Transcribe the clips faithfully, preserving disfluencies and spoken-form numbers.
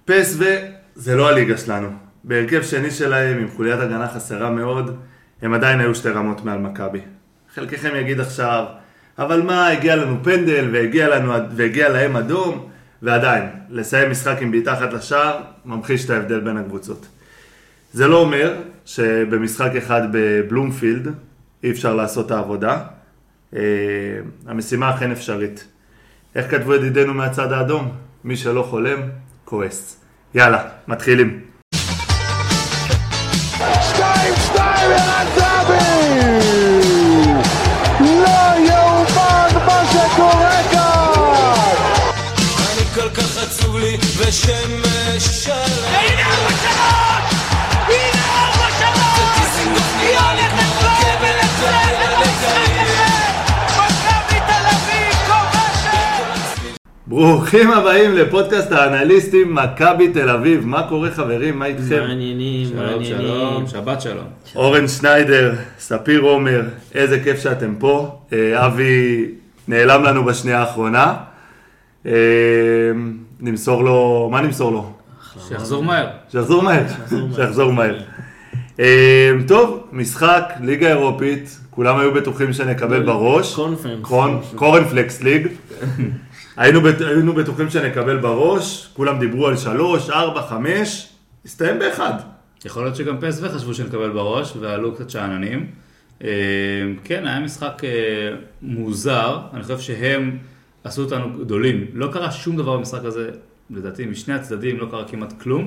פי אס וי זה לא הליגה שלנו. בהרכב שני שלהם, עם חוליית הגנה חסרה מאוד, הם עדיין היו שתי רמות מעל מכבי. חלקכם יגיד עכשיו, אבל מה, הגיע לנו פנדל והגיע, לנו, והגיע להם אדום, ועדיין, לסיים משחק עם בעיטה אחת לשער, ממחיש את ההבדל בין הקבוצות. זה לא אומר שבמשחק אחד בבלומפילד אי אפשר לעשות את העבודה. המשימה אכן אפשרית. איך כתבו ידידנו מהצד האדום? מי שלא חולם, כועס. יאללה, מתחילים. שתיים שתיים ערן זהבי! לא יאומן מה שקורה כאן! אני כל כך עצוב לי ושמש שלם. והנה ארבע שלוש! הנה ארבע שלוש! היא הולכת לו ולצאת למשחק הזה! מכבי תל אביב כובשת! ברוכים הבאים לפודקאסט האנליסטים מכבי תל אביב. מה קורה חברים? מה איתכם? מעניינים, מעניינים. שלום, שבת שלום. אורן שניידר, ספיר עומר, איזה כיף שאתם פה. אבי נעלם לנו בשנייה האחרונה. נמסור לו, מה נמסור לו? שיחזור מהר. שיחזור מהר, שיחזור מהר. טוב, משחק, ליגה אירופית, כולם היו בטוחים שנקבל בראש. קונפרנס. קורנפלקס ליג. היינו, היינו בטוחים שנקבל בראש, כולם דיברו על שלוש, ארבע, חמש, הסתיים באחד. יכול להיות שגם פי אס וי חשבו שנקבל בראש ועלו קצת שעננים. כן, היה משחק מוזר, אני חושב שהם עשו אותנו גדולים. לא קרה שום דבר במשחק הזה, לדעתי משני הצדדים לא קרה כמעט כלום.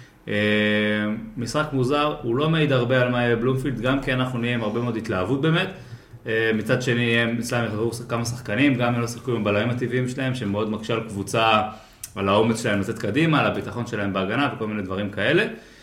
משחק מוזר, הוא לא מעיד הרבה על מה יהיה בלומפילד, גם כי אנחנו נהיה עם הרבה מאוד התלהבות באמת. מצד שני, הם אצלם יחזרו כמה שחקנים, גם הם לא שחקו עם בלמים הטבעיים שלהם, שהם מאוד מקשה על קבוצה, על האומץ שלהם לצאת קדימה, על הביטחון שלהם בהגנה וכל מיני דברים כאלה.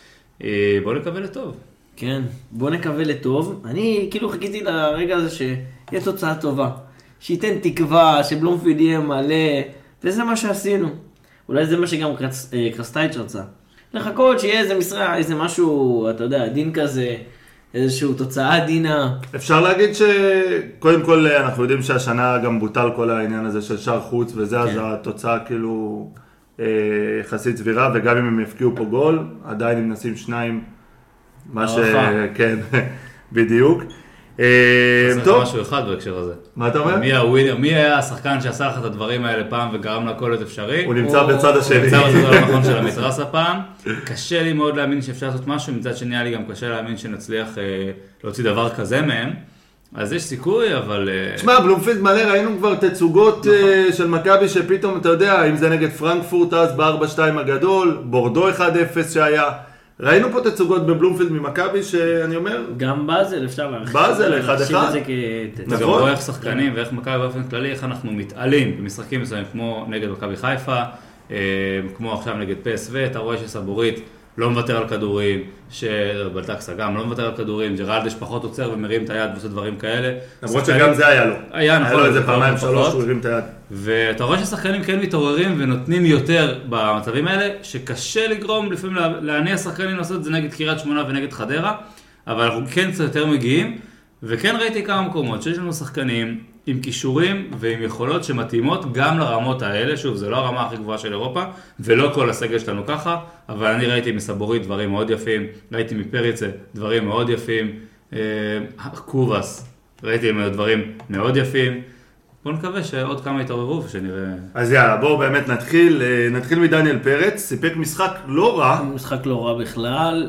בואו נקווה לטוב. כן, בואו נקווה לטוב. אני כאילו חיכיתי לרגע הזה שיהיה תוצאה טובה. שייתן תקווה, שבלומפילד יהיה מלא, וזה מה שעשינו. אולי זה מה שגם קרסטייץ' רצה. לחכות שיהיה איזה משרה, איזה משהו, אתה יודע, דין כזה, איזושהי תוצאה דינה. אפשר להגיד שקודם כל אנחנו יודעים שהשנה גם בוטל כל העניין הזה של שער חוץ, וזה אז התוצאה כאילו יחסית סבירה, וגם אם הם יפקיעו פה גול, עדיין אם נשים שניים, מה ש... כן, בדיוק. טוב. משהו אחד בהקשר הזה. מה אתה אומר? מי הווינר, מי היה השחקן שעשה לך את הדברים האלה פעם וגרם לכל את אפשרי? הוא נמצא בצד השני. הוא נמצא בצד הנכון של המתרס הפעם. קשה לי מאוד להאמין שאפשר לעשות משהו, מצד שני היה לי גם קשה להאמין שנצליח להוציא דבר כזה מהם. אז יש סיכוי, אבל... תשמע, בלומפילד מלא, ראינו כבר תצוגות של מכבי שפתאום, אתה יודע, אם זה נגד פרנקפורט אז ב-ארבע שתיים הגדול, בורדו אחד אפס שהיה. ראינו פה תצוגות בבלומפילד ממכבי שאני אומר... גם באזל אפשר להרחיב. באזל, אחד אחד. וגם רואה איך שחקנים ואיך מכבי באופן כללי, איך אנחנו מתעלים במשחקים מסוימים כמו נגד מכבי חיפה, כמו עכשיו נגד פי אס וי, אתה רואה שסבורית לא מוותר על כדורים, שבלטקסה גם לא מוותר על כדורים, ג'רלדש פחות עוצר ומרים את היד ועושה דברים כאלה. למרות שגם זה היה לו. היה נכון. היה לו איזה פעמיים שלוש, הוא הרים את היד. ואתה רואה ששחקנים כן מתעוררים ונותנים יותר במצבים האלה, שקשה לגרום לפעמים להניע שחקנים לעשות את זה נגד קריית שמונה ונגד חדרה, אבל אנחנו כן קצת יותר מגיעים, וכן ראיתי כמה מקומות שיש לנו שחקנים עם כישורים ועם יכולות שמתאימות גם לרמות האלה, שוב זה לא הרמה הכי גבוהה של אירופה, ולא כל הסגל שלנו ככה, אבל אני ראיתי מסבורית דברים מאוד יפים, ראיתי מפריצה דברים מאוד יפים, קובס, ראיתי דברים מאוד יפים, בואו נקווה שעוד כמה יתעוררו ושנראה... אז יאללה, בואו באמת נתחיל, נתחיל מדניאל פרץ, סיפק משחק לא רע. משחק לא רע בכלל,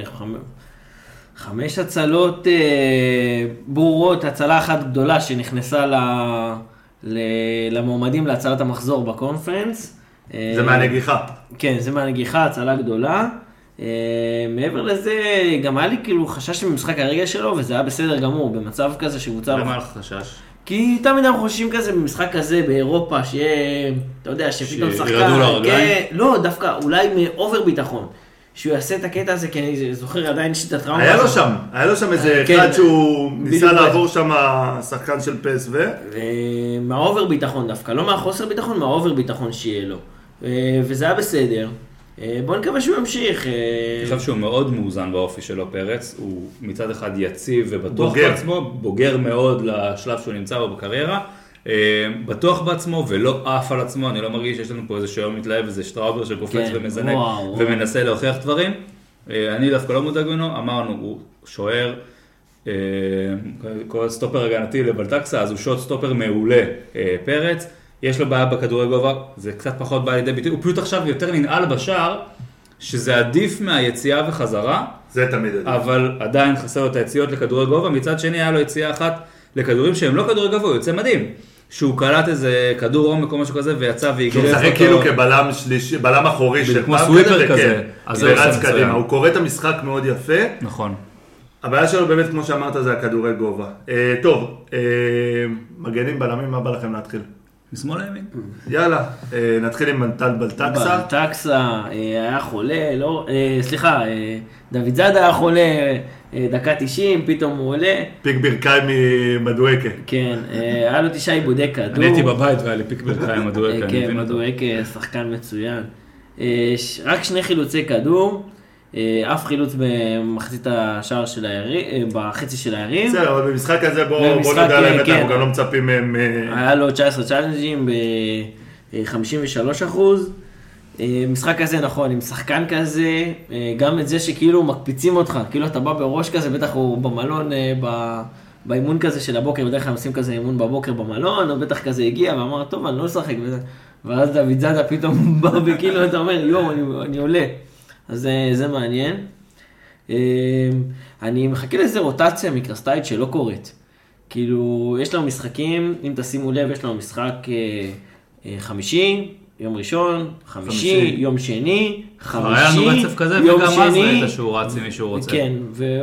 חמש הצלות ברורות, הצלה אחת גדולה שנכנסה למועמדים להצלת המחזור בקונפרנס. זה מהנגיחה. כן, זה מהנגיחה, הצלה גדולה. מעבר לזה, גם היה לי כאילו חשש ממשחק הרגע שלו, וזה היה בסדר גמור, במצב כזה שקבוצה... למה לך חשש? כי תמיד אנחנו חושבים כזה במשחק כזה באירופה, שיהיה, אתה יודע, שפתאום שחקן... שירדו לרגליים? לא, דווקא אולי מאובר ביטחון. שהוא יעשה את הקטע הזה, כי אני זוכר עדיין שיטת טראומה. היה לו שם, היה לו שם איזה אחד שהוא ניסה לעבור שם השחקן של פי אס וי. מהאובר ביטחון דווקא, לא מהחוסר ביטחון, מהאובר ביטחון שיהיה לו. וזה היה בסדר. בוא נקווה שהוא ימשיך. אני חושב שהוא מאוד מאוזן באופי שלו פרץ, הוא מצד אחד יציב ובטוח בעצמו, בוגר מאוד לשלב שהוא נמצא בו בקריירה, בטוח בעצמו ולא עף על עצמו, אני לא מרגיש שיש לנו פה איזה שעון מתלהב, איזה שטראובר שקופץ ומזנק ומנסה להוכיח דברים. אני דווקא לא מודאג ממנו, אמרנו, הוא שוער, כל סטופר הגנתי לבלטקסה, אז הוא שוט סטופר מעולה פרץ, יש לו בעיה בכדורי גובה, זה קצת פחות בא לידי ביטוי, הוא פשוט עכשיו יותר ננעל בשער, שזה עדיף מהיציאה וחזרה, זה תמיד עדיף. אבל עדיין חסר לו את היציאות לכדורי גובה, מצד שני היה לו יציאה אחת לכדורים שהם לא כדורי גובה, הוא יוצא מדהים. שהוא קלט איזה כדור עומק או משהו כזה ויצא והגרף אותו. שהוא משחק כאילו כבלם שלישי, בלם אחורי של כמו סוויפר כזה. אז זה רץ קדימה. הוא קורא את המשחק מאוד יפה. נכון. הבעיה שלו באמת, כמו שאמרת, זה הכדורי גובה. טוב, מגנים בלמים, מה בא לכם להתחיל? משמאל לימין. יאללה, נתחיל עם מנטל בלטקסה. בלטקסה היה חולה, לא, סליחה, דוד זאדה היה חולה, דקה תשעים, פתאום הוא עולה. פיק ברכיים ממדואקה. כן, היה לו תשעה עיבודי כדור. אני הייתי בבית והיה לי פיק ברכיים ממדואקה. כן, מדואקה שחקן מצוין. רק שני חילוצי כדור, אף חילוץ במחצית השער של היריב, בחצי של היריב. בסדר, אבל במשחק הזה בוא נדע להם, אנחנו גם לא מצפים מהם. היה לו תשע עשרה צ'אלנג'ים ב-חמישים ושלושה אחוז. משחק כזה נכון, עם שחקן כזה, גם את זה שכאילו מקפיצים אותך, כאילו אתה בא בראש כזה, בטח הוא במלון, באימון כזה של הבוקר, בדרך כלל עושים כזה אימון בבוקר במלון, או בטח כזה הגיע ואמר, טוב, אני לא אשחק וזה. ואז דוד זאדה פתאום בא וכאילו אתה אומר, יום, אני, אני עולה. אז זה, זה מעניין. אני מחכה לאיזה רוטציה מקרסטייט שלא קורית. כאילו, יש לנו משחקים, אם תשימו לב, יש לנו משחק חמישי, יום ראשון, חמישי, חמישי. יום שני, חמישי, היה לנו רצף כזה, וגם אז ראית שהוא רץ עם מישהו רוצה. כן,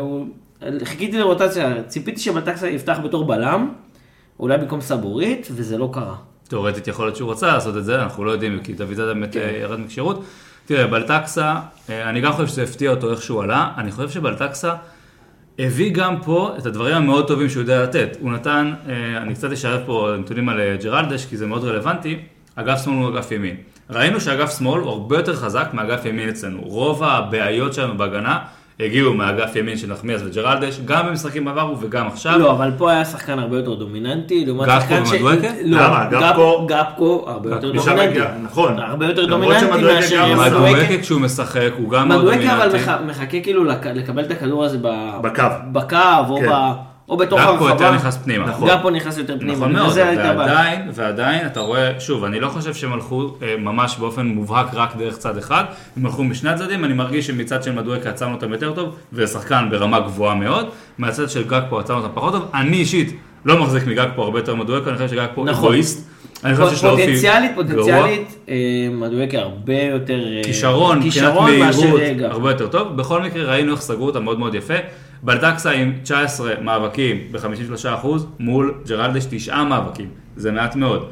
וחיכיתי לרוטציה, ציפיתי שבלטקסה יפתח בתור בלם, אולי במקום סבורית, וזה לא קרה. תיאורטית יכול להיות שהוא רצה לעשות את זה, אנחנו לא יודעים, כי דוד זאדה באמת ירד מכשירות. תראה, בלטקסה, אני גם חושב שזה הפתיע אותו איך שהוא עלה, אני חושב שבלטקסה הביא גם פה את הדברים המאוד טובים שהוא יודע לתת. הוא נתן, אני קצת אשאר פה נתונים על ג'רלדש, כי זה מאוד רלוונטי, אגף שמאל הוא אגף ימין. ראינו שאגף שמאל הוא הרבה יותר חזק מאגף ימין אצלנו. רוב הבעיות שלנו בהגנה הגיעו מאגף ימין של נחמיאס וג'רלדש, גם במשחקים עברו וגם עכשיו. לא, אבל פה היה שחקן הרבה יותר דומיננטי. גפקו ומדואקה? למה? גפקו... גפקו הרבה יותר דומיננטי. נכון. הרבה יותר דומיננטי מאשר... מדואקה כשהוא משחק הוא גם מאוד דומיננטי. מדואקה אבל מחכה כאילו לקבל את הכדור הזה בקו. בקו או ב... או בתוך הרחבה. גפקו יותר נכנס פנימה. גפקו נכנס יותר פנימה. נכון מאוד, ועדיין, ועדיין אתה רואה, שוב, אני לא חושב שהם הלכו ממש באופן מובהק רק דרך צד אחד, הם הלכו משני הצדדים, אני מרגיש שמצד של מדואקה עצרנו אותם יותר טוב, וזה שחקן ברמה גבוהה מאוד, מהצד של גפקו עצרנו אותם פחות טוב, אני אישית לא מחזיק מגפקו הרבה יותר מדואקה, אני חושב שגפקו אגואיסט. פוטנציאלית, פוטנציאלית, מדואקה הרבה יותר... כישרון, מבחינת מהירות, הרבה יותר טוב. בכל מקרה ראינו איך סגרו אותם מאוד מאוד יפה. בלטקסה עם תשע עשרה מאבקים ב-חמישים ושלושה אחוז, מול ג'רלדש תשעה מאבקים, זה מעט מאוד.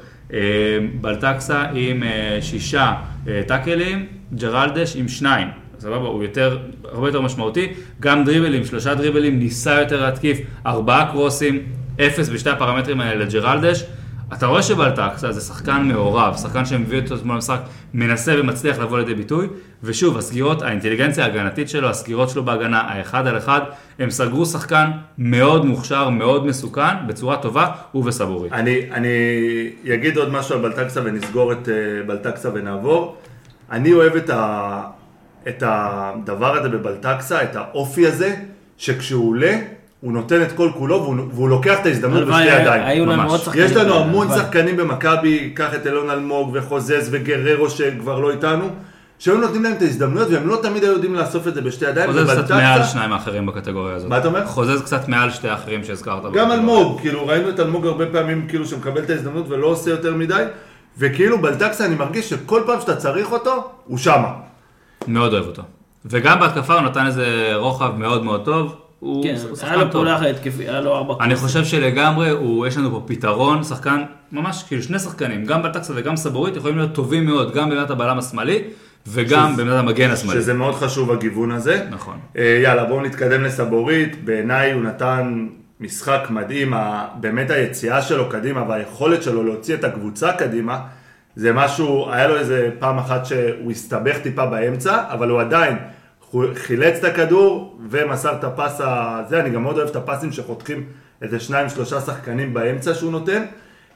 בלטקסה עם שישה טאקלים, ג'רלדש עם שניים, סבבה, הוא יותר, הרבה יותר משמעותי, גם דריבלים, שלושה דריבלים, ניסה יותר להתקיף, ארבעה קרוסים, אפס בשתי הפרמטרים האלה לג'רלדש. אתה רואה שבלטקסה זה שחקן מעורב, שחקן שמביא אותו מול המשחק, מנסה ומצליח לבוא לידי ביטוי, ושוב, הסגירות, האינטליגנציה ההגנתית שלו, הסגירות שלו בהגנה, האחד על אחד, הם סגרו שחקן מאוד מוכשר, מאוד מסוכן, בצורה טובה, ובסבורית. אני, אני אגיד עוד משהו על בלטקסה ונסגור את בלטקסה ונעבור. אני אוהב את, ה, את הדבר הזה בבלטקסה, את האופי הזה, שכשהוא עולה, הוא נותן את כל כולו, והוא, והוא לוקח את ההזדמנות בשתי ידיים. יש לנו המון שחקנים במכבי, קח את אלון אלמוג וחוזז וגררו שכבר לא איתנו, שהיו נותנים להם את ההזדמנויות, והם לא תמיד היו יודעים לאסוף את זה בשתי ידיים. חוזז קצת מעל שניים האחרים בקטגוריה הזאת. מה אתה אומר? חוזז קצת מעל שתי האחרים שהזכרת. גם אלמוג, כאילו ראינו את אלמוג הרבה פעמים כאילו שמקבל את ההזדמנות ולא עושה יותר מדי, וכאילו בלטקסה אני מרגיש שכל פעם שאתה צריך אותו, הוא שמה. מאוד אוהב אותו. וגם בהתקפה הוא נתן איזה רוחב מאוד מאוד טוב. כן, היה לו פעולה התקפי, היה לו ארבע קורסים. אני חושב שלגמרי, יש לנו פה פתרון, שחקן, ממש כאילו שני שחקנים, גם בלטקסה וגם סבורית, יכולים להיות טובים מאוד, גם באמת הבלם השמאלי, וגם באמת המגן השמאלי. שזה מאוד חשוב הגיוון הזה. נכון. יאללה, בואו נתקדם לסבורית, בעיניי הוא נתן משחק מדהים, באמת היציאה שלו קדימה, והיכולת שלו להוציא את הקבוצה קדימה, זה משהו, היה לו איזה פעם אחת שהוא הסתבך טיפה באמצע, אבל הוא עדיין, חילץ את הכדור ומסר את הפס הזה, אני גם מאוד אוהב את הפסים שחותכים איזה שניים שלושה שחקנים באמצע שהוא נותן,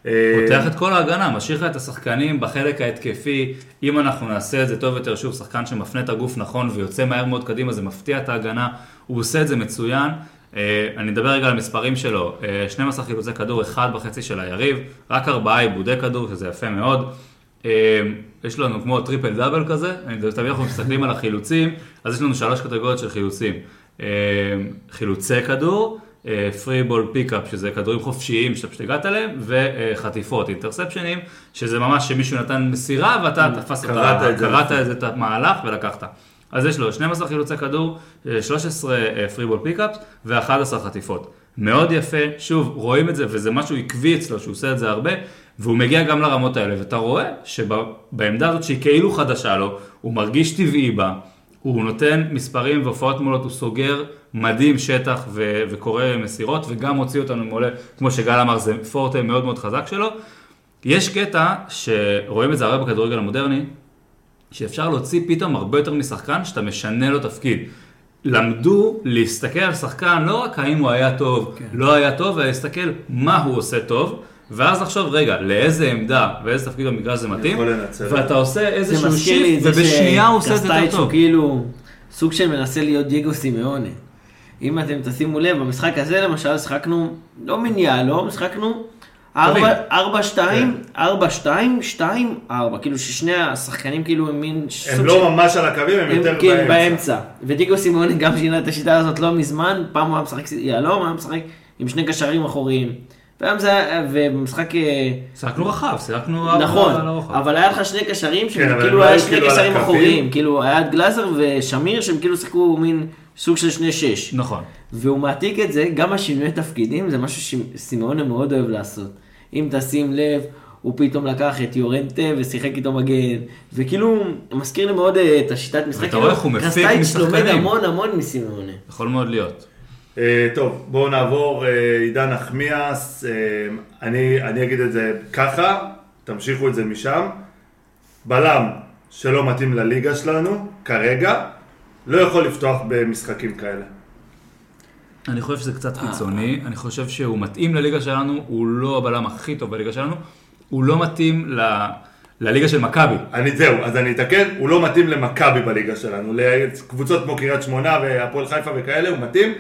פותח את כל ההגנה, משאיר לך את השחקנים בחלק ההתקפי, אם אנחנו נעשה את זה טוב יותר, שוב, שחקן שמפנה את הגוף נכון ויוצא מהר מאוד קדימה, זה מפתיע את ההגנה, הוא עושה את זה מצוין. אני אדבר רגע על המספרים שלו, שנים עשר חילוצי כדור, אחד בחצי של היריב, רק ארבעה עיבודי כדור, שזה יפה מאוד. יש לנו כמו טריפל דאבל כזה, תמיד אנחנו מסתכלים על החילוצים, אז יש לנו שלוש קטגוריות של חילוצים. חילוצי כדור, פרי בול פיקאפ, שזה כדורים חופשיים שאתה פשוט הגעת עליהם, וחטיפות, אינטרספשנים, שזה ממש שמישהו נתן מסירה, ואתה תפס קראת את המהלך ולקחת. אז יש לו שנים עשר חילוצי כדור, שלוש עשרה פרי בול פיקאפ, ו-אחת עשרה חטיפות. מאוד יפה, שוב, רואים את זה, וזה משהו עקבי אצלו, שהוא עושה את זה הרבה, והוא מגיע גם לרמות האלה, ואתה רואה שבעמדה הזאת שהיא כאילו חדשה לו, הוא מרגיש טבעי בה, הוא נותן מספרים והופעות מולות, הוא סוגר מדהים שטח ו- וקורא מסירות, וגם הוציא אותנו מעולה, כמו שגל אמר, זה פורטה מאוד מאוד חזק שלו. יש קטע שרואים את זה הרבה בכדורגל המודרני, שאפשר להוציא פתאום הרבה יותר משחקן שאתה משנה לו תפקיד. למדו להסתכל על שחקן, לא רק האם הוא היה טוב, כן. לא היה טוב, אלא להסתכל מה הוא עושה טוב, ואז לחשוב, רגע, לאיזה עמדה ואיזה תפקיד במגרש זה מתאים, ואתה עושה איזשהו שיפט, ובשנייה הוא עושה את זה יותר טוב. הוא כאילו סוג של מנסה להיות דייגו סימאונה. אם אתם תשימו לב, במשחק הזה למשל, שחקנו, לא מניעה, לא, משחקנו ארבע שתיים, ארבע שתיים, שתיים ארבע, כאילו ששני השחקנים כאילו הם מין... הם לא ממש על הקווים, הם יותר באמצע. כן, באמצע. ודייגו סימאונה גם שינה את השיטה הזאת לא מזמן, פעם הוא היה משחק יעלום, היה משחק עם שני קשרים אחוריים. פעם זה היה, ובמשחק... שיחקנו רחב, שיחקנו על הרוחב. נכון, אבל היה לך שני קשרים שהם כאילו היה שני קשרים אחוריים, כאילו היה את גלאזר ושמיר שהם כאילו שיחקו מין סוג של שני שש. נכון. והוא מעתיק את זה, גם השינוי תפקידים, זה משהו שסימאונה מאוד אוהב לעשות. אם תשים לב, הוא פתאום לקח את יורנטה ושיחק איתו מגן, וכאילו מזכיר לי מאוד את השיטת משחק. ואתה רואה איך הוא מפיק משחקנים. לומד המון המון מסימאונה. יכול מאוד להיות. טוב, בואו נעבור, עידן נחמיאס, אני, אני אגיד את זה ככה, תמשיכו את זה משם. בלם שלא מתאים לליגה שלנו, כרגע, לא יכול לפתוח במשחקים כאלה. אני חושב שזה קצת קיצוני, אני חושב שהוא מתאים לליגה שלנו, הוא לא הבלם הכי טוב בליגה שלנו, הוא לא מתאים ל... לליגה של מכבי. אני זהו, אז אני אתקן, הוא לא מתאים למכבי בליגה שלנו, לקבוצות כמו קריית שמונה והפועל חיפה וכאלה, הוא מתאים.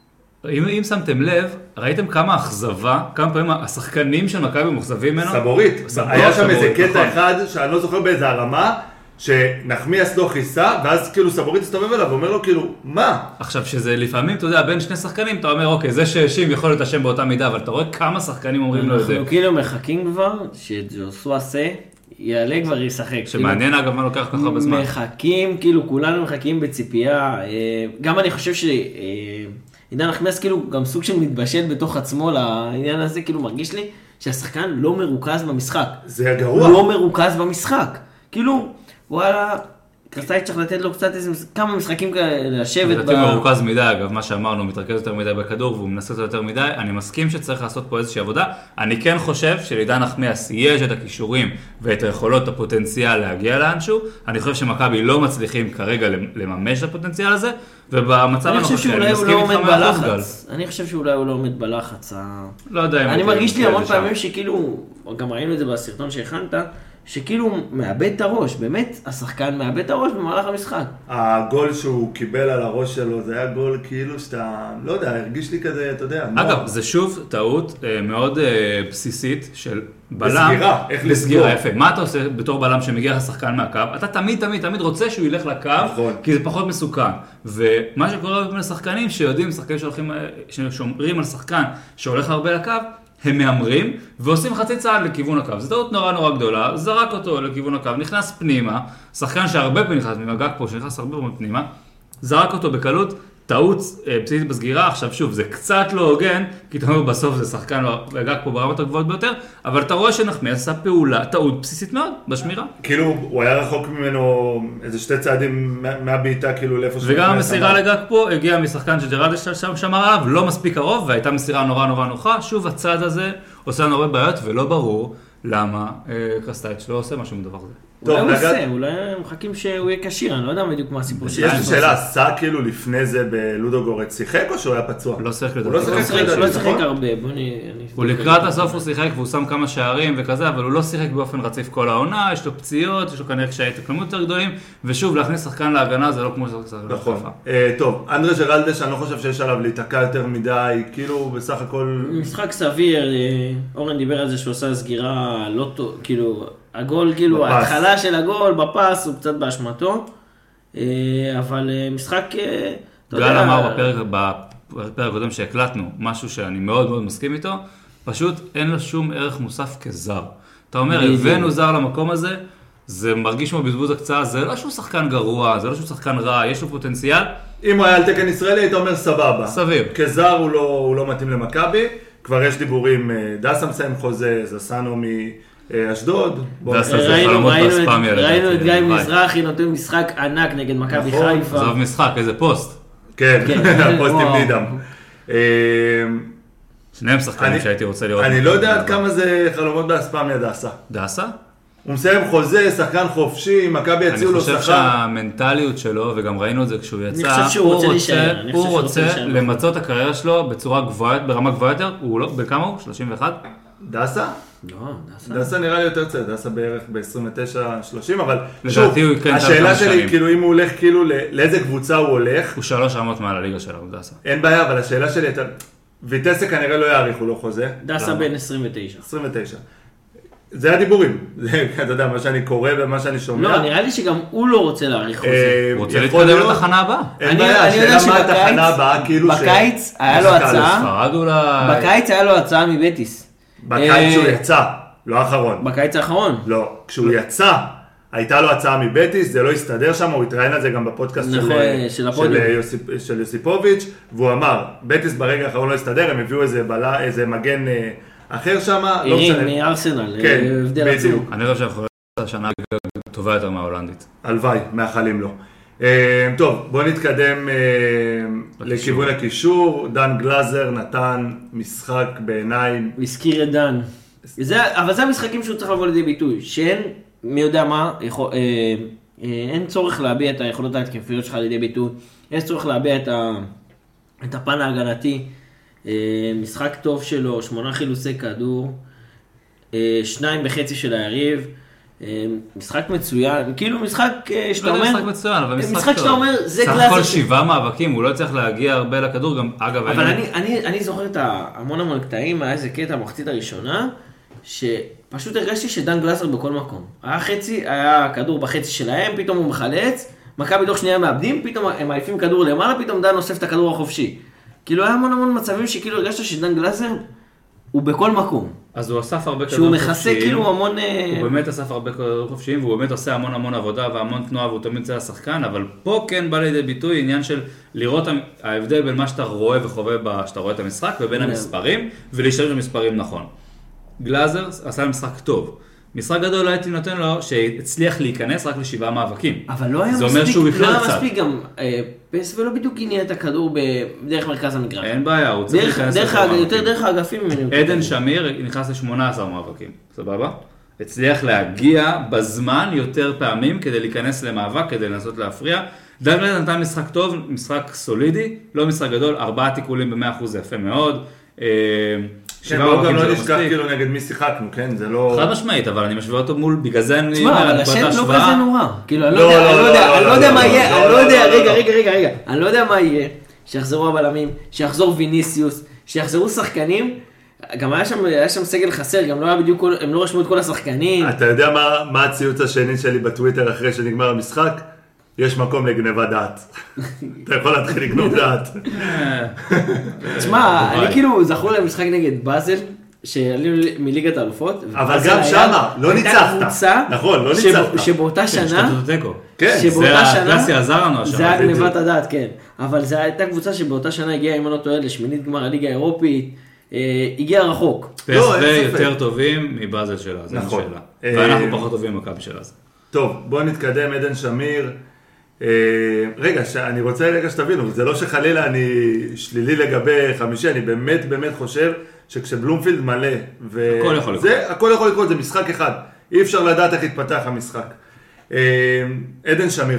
אם, אם שמתם לב, ראיתם כמה אכזבה, כמה פעמים השחקנים של מכבי מוכזבים ממנו? סבורית. היה שם איזה קטע אחד, שאני לא זוכר באיזה הרמה, שנחמיאס לא חיסה, ואז כאילו סבורית הסתובב אליו, ואומר לו כאילו, מה? עכשיו שזה לפעמים, אתה יודע, בין שני שחקנים, אתה אומר, אוקיי, זה שהאשים יכול להיות השם באותה מידה, אבל אתה רואה כמה שחקנים אומרים לו את זה. אנחנו כאילו מחכים כבר, שג'וסו עשה, יעלה כבר ישחק. שמעניין אגב מה לוקח ככה בזמן. מחכים, כאילו כולנו מחכים בציפייה, גם אני חושב ש... עידן נחמיאס כאילו גם סוג של מתבשל בתוך עצמו לעניין הזה, כאילו מרגיש לי שהשחקן לא מרוכז במשחק. זה הגרוע. הוא לא מרוכז במשחק. כאילו, וואלה, קרסטייץ' צריך לתת לו קצת איזה כמה משחקים כאלה לשבת. לדעתי מרוכז מדי, אגב, מה שאמרנו, מתרכז יותר מדי בכדור והוא מנסה יותר מדי. אני מסכים שצריך לעשות פה איזושהי עבודה. אני כן חושב שלעידן נחמיאס יש את הכישורים ואת היכולות, הפוטנציאל להגיע לאנשהו. אני חושב שמכבי לא מצליחים כרגע לממש את הפוטנציאל הזה, ובמצב הנוכחי אני מסכים איתך מהחוף. אני חושב שאולי הוא לא עומד בלחץ. לא יודע. אני מרגיש לי המון פעמים שכאילו, גם ראינו את זה בסרטון שהכנת, שכאילו מאבד את הראש, באמת השחקן מאבד את הראש במהלך המשחק. הגול שהוא קיבל על הראש שלו, זה היה גול כאילו שאתה, לא יודע, הרגיש לי כזה, אתה יודע. אגב, זה שוב טעות מאוד בסיסית של בלם. בסגירה, איך לסגור. יפה. מה אתה עושה בתור בלם שמגיע לשחקן מהקו? אתה תמיד, תמיד, תמיד רוצה שהוא ילך לקו, כי זה פחות מסוכן. ומה שקורה בכל השחקנים שיודעים, שחקנים ששומרים על שחקן שהולך הרבה לקו, הם מאמרים ועושים חצי צעד לכיוון הקו. זו טעות נורא נורא גדולה, זרק אותו לכיוון הקו, נכנס פנימה, שחקן שהרבה פעמים נכנס ממגג פה, שנכנס הרבה פעמים פנימה, זרק אותו בקלות, טעות בסיסית בסגירה. עכשיו שוב, זה קצת לא הוגן, כי אתה אומר בסוף זה שחקן והגג פה ברמות הגבוהות ביותר, אבל אתה רואה שנחמיאס עשה פעולה, טעות בסיסית מאוד בשמירה. כאילו הוא היה רחוק ממנו איזה שתי צעדים מהבעיטה, כאילו לאיפה שהוא... וגם המסירה לגג פה הגיעה משחקן שג'רד שם שמר עליו, לא מספיק קרוב, והייתה מסירה נורא נורא נוחה. שוב, הצד הזה עושה לנו הרבה בעיות ולא ברור למה קרסטייץ' לא עושה משהו מדבר הזה. אולי הוא נגד- עושה, אולי הם מחכים שהוא יהיה כשיר, אני לא יודע בדיוק מה הסיפור יש לי שאלה, סע כאילו לפני זה בלודו גורץ שיחק או שהוא היה פצוע? לא שיחק הוא לדעתי. לא לא שיחק שיחק- לדעתי, לא שיחק נכון? הרבה, בוא נ... אני- הוא לקראת הסוף הוא שיחק והוא שם כמה שערים וכזה, אבל הוא לא שיחק באופן רציף כל העונה, יש לו פציעות, יש לו כנראה קשיי התאקלמות יותר גדולים, ושוב, להכניס שחקן להגנה זה לא כמו שחקן נכון. להתקפה. אה, טוב, אנדרה ג'רלדש, אני לא חושב שיש עליו להיתקע יותר מדי, כאילו בסך הכל... משחק סביר, אה, אורן דיבר על זה שהוא עשה סגירה לא טוב, כאילו, הגול, כאילו, בפס. ההתחלה של הגול בפס הוא קצת באשמתו, אה, אבל אה, משחק, אה, אתה יודע... גל אמר בפרק, בפרק הקודם שהקלטנו, משהו שאני מאוד מאוד מסכים איתו, פשוט אין לו שום ערך מוסף כזר. אתה אומר, בדיוק. הבאנו זר למקום הזה, זה מרגיש כמו בזבוז הקצאה, זה לא שהוא שחקן גרוע, זה לא שהוא שחקן רע, יש לו פוטנציאל, אם הוא היה על תקן ישראלי, היית אומר סבבה. סביר. כזר הוא לא, הוא לא מתאים למכבי, כבר יש דיבורים, אה, דסה מסיים חוזה, זסנו מאשדוד. בוא דסה נעשה- זה ראינו, חלומות ראינו, את, בספאמיה, ראינו את לדעתי, גיא הלוואי. מזרחי נותן משחק ענק נגד מכבי נכון, חיפה. עזוב משחק, איזה פוסט. כן, כן. הפוסט עם וואו. נידם. אה, שניהם שחקנים אני- שהייתי רוצה לראות. אני לא יודע עד כמה זה חלומות באספמיה דסה. דסה? הוא מסיים חוזה, שחקן חופשי, מכבי אני יציעו לו חושב שכר. שהמנטליות שלו, וגם ראינו את זה כשהוא יצא, חושב שהוא הוא רוצה להישאר, אני חושב הוא שהוא רוצה רוצה להישאר. למצות את הקריירה שלו בצורה גבוהה, ברמה גבוהה יותר, הוא לא, בכמה הוא? שלושים ואחת? דסה? לא, דסה. דסה נראה לי יותר צעיר, דסה בערך ב-עשרים ותשע שלושים, אבל לדעתי הוא כן השאלה כמה שלי, שנים. כאילו אם הוא הולך, כאילו לא- לאיזה קבוצה הוא הולך, הוא שלוש רמות מעל הליגה שלו, דסה. אין בעיה, אבל השאלה שלי, אתה- ויטסה כנראה לא יאריכו לו חוזה. דסה למה? בן עשרים ותשע. עשרים ותשע. זה הדיבורים, זה, אתה יודע, מה שאני קורא ומה שאני שומע. לא, נראה לי שגם הוא לא רוצה להאריך חוזה. אה, הוא רוצה יכול להתקדם להיות- לתחנה הבאה. אין אני- בעיה, אני יודע השאלה מה שבקיץ- התחנה הבאה, כאילו ש... בקיץ היה לו מחכה הצעה. ספרד אולי. בקיץ היה לו הצעה מבטיס. בקיץ אה, שהוא יצא, לא האחרון. בקיץ האחרון. לא, כשהוא יצא, הייתה לו הצעה מבטיס, זה לא הסתדר שם, הוא התראיין על זה גם בפודקאסט של, נכון, של, של הפודיום. של, יוסיפ, של יוסיפוביץ', והוא אמר, בטיס ברגע האחרון לא הסתדר, הם הביאו איזה, בלה, איזה מגן אה, אחר שם, לא אירין משנה. מארסנל, כן, אה, הבדל בדיוק. עצום. אני חושב שאנחנו השנה טובה יותר מההולנדית. הלוואי, מאחלים לו. אה, טוב, בוא נתקדם אה, לכיוון הקישור. דן גלאזר נתן משחק בעיניי, הוא הזכיר את דן. זה, אבל זה המשחקים שהוא צריך לבוא לידי ביטוי, שאין, מי יודע מה, יכול, אה, אה, אין צורך להביע את היכולות ההתקפיות שלך לידי ביטוי, אין צורך להביע את, ה, את הפן ההגנתי. אה, משחק טוב שלו, שמונה חילוסי כדור, אה, שניים בחצי של היריב, אה, משחק מצוין, כאילו משחק אה, שאתה לא יודע, אומר, משחק מצוין, אבל משחק טוב. משחק שאתה אומר, זה סך גלאזר הכל ש- שבעה מאבקים, הוא לא צריך להגיע הרבה לכדור, גם אגב, אבל היינו- אני, אני, אני זוכר את המון המון קטעים, היה איזה קטע במחצית הראשונה, שפשוט הרגשתי שדן גלאזר בכל מקום. היה חצי, היה כדור בחצי שלהם, פתאום הוא מחלץ, מכבי תוך שנייה מאבדים, פתאום הם מעיפים כדור למעלה, פתאום דן אוסף את הכדור החופשי. כאילו היה המון המון מצבים שכאילו הרגשת שדן גלאזר הוא בכל מקום. אז הוא אסף הרבה שהוא כדורים מכסה חופשיים. כאילו המון... אה, הוא באמת אסף הרבה כדורים חופשיים, והוא באמת עושה המון המון עבודה והמון תנועה, והוא תמיד זה השחקן, אבל פה כן בא לידי ביטוי עניין של לראות ההבדל בין מה שאתה רואה וחווה ב- שאתה רואה את המשחק, ובין המספרים, ולהשתמש במספרים נכון. גלאזר עשה משחק טוב. משחק גדול לא הייתי נותן לו שהצליח להיכנס רק לשבעה מאבקים. אבל לא היה זה מספיק, אומר שהוא לא איחר היה קצת. מספיק גם, אה, פס ולא בדיוק הניע את הכדור בדרך מרכז המגרש. אין בעיה, הוא צריך דרך, להיכנס דרך, לשבעה האג- יותר מאבקים. דרך האגפים ממנו. עדן שמיר נכנס ל-שמונה עשר מאבקים, סבבה? הצליח להגיע בזמן יותר פעמים כדי להיכנס למאבק, כדי לנסות להפריע. דן גלאזר נתן משחק טוב, משחק סולידי, לא משחק גדול, ארבעה תיקולים ב-מאה אחוז זה יפה מאוד. אה, כן, שבעה בואו מאבקים גם זה לא לא נשכח מספיק. כאילו נגד מי שיחקנו, כן? זה לא... חד משמעית, אבל אני משווה אותו מול, בגלל זה אני... תשמע, אבל באותה השם לא השוואה. כזה נורא. כאילו, אני לא לא, יודע, לא, אני לא לא, יודע, לא, אני לא לא, יודע לא, מה לא, יהיה, לא, אני לא לא, יודע, לא, רגע, לא. רגע, רגע, רגע. אני לא יודע מה יהיה. שיחזרו הבלמים, שיחזור ויניסיוס, שיחזרו שחקנים. גם היה שם, היה שם סגל חסר, גם לא היה בדיוק, כל- הם לא רשמו את כל השחקנים. אתה יודע מה, מה הציוץ השני שלי בטוויטר אחרי שנגמר המשחק? יש מקום לגניבת דעת. אתה יכול להתחיל לגנוב דעת. תשמע, ביי. אני כאילו, זכור לי משחק נגד באזל, שעלינו מליגת האלופות. אבל ובאזל גם היה- שמה, לא הייתה ניצחת. קבוצה נכון, לא שבו- ניצחת. שבאותה שנה, שתתו תיקו. כן, שבאותה זה שנה, הקלאסי עזר לנו השנה. זה היה בדיוק. גניבת הדעת, כן. אבל זו הייתה קבוצה שבאותה שנה הגיעה, אם אני לא טועה, לשמינית גמר הליגה האירופית, אה, הגיעה רחוק. לא, אין פסו ספק. יותר טובים מבאזל שלה, זה אין נכון. שאלה. אה, ואנחנו פחות טובים ממכבי שלה. אז. טוב, בואו נתקדם, עדן שמיר. אה, רגע, ש- אני רוצה רגע שתבינו, זה לא שחלילה אני שלילי לגבי חמישי, אני באמת באמת חושב שכשבלומפילד מלא, ו- הכל יכול לקרות. זה, הכל יכול לקרות, זה משחק אחד. אי אפשר לדעת איך יתפתח המשחק. עדן שמיר.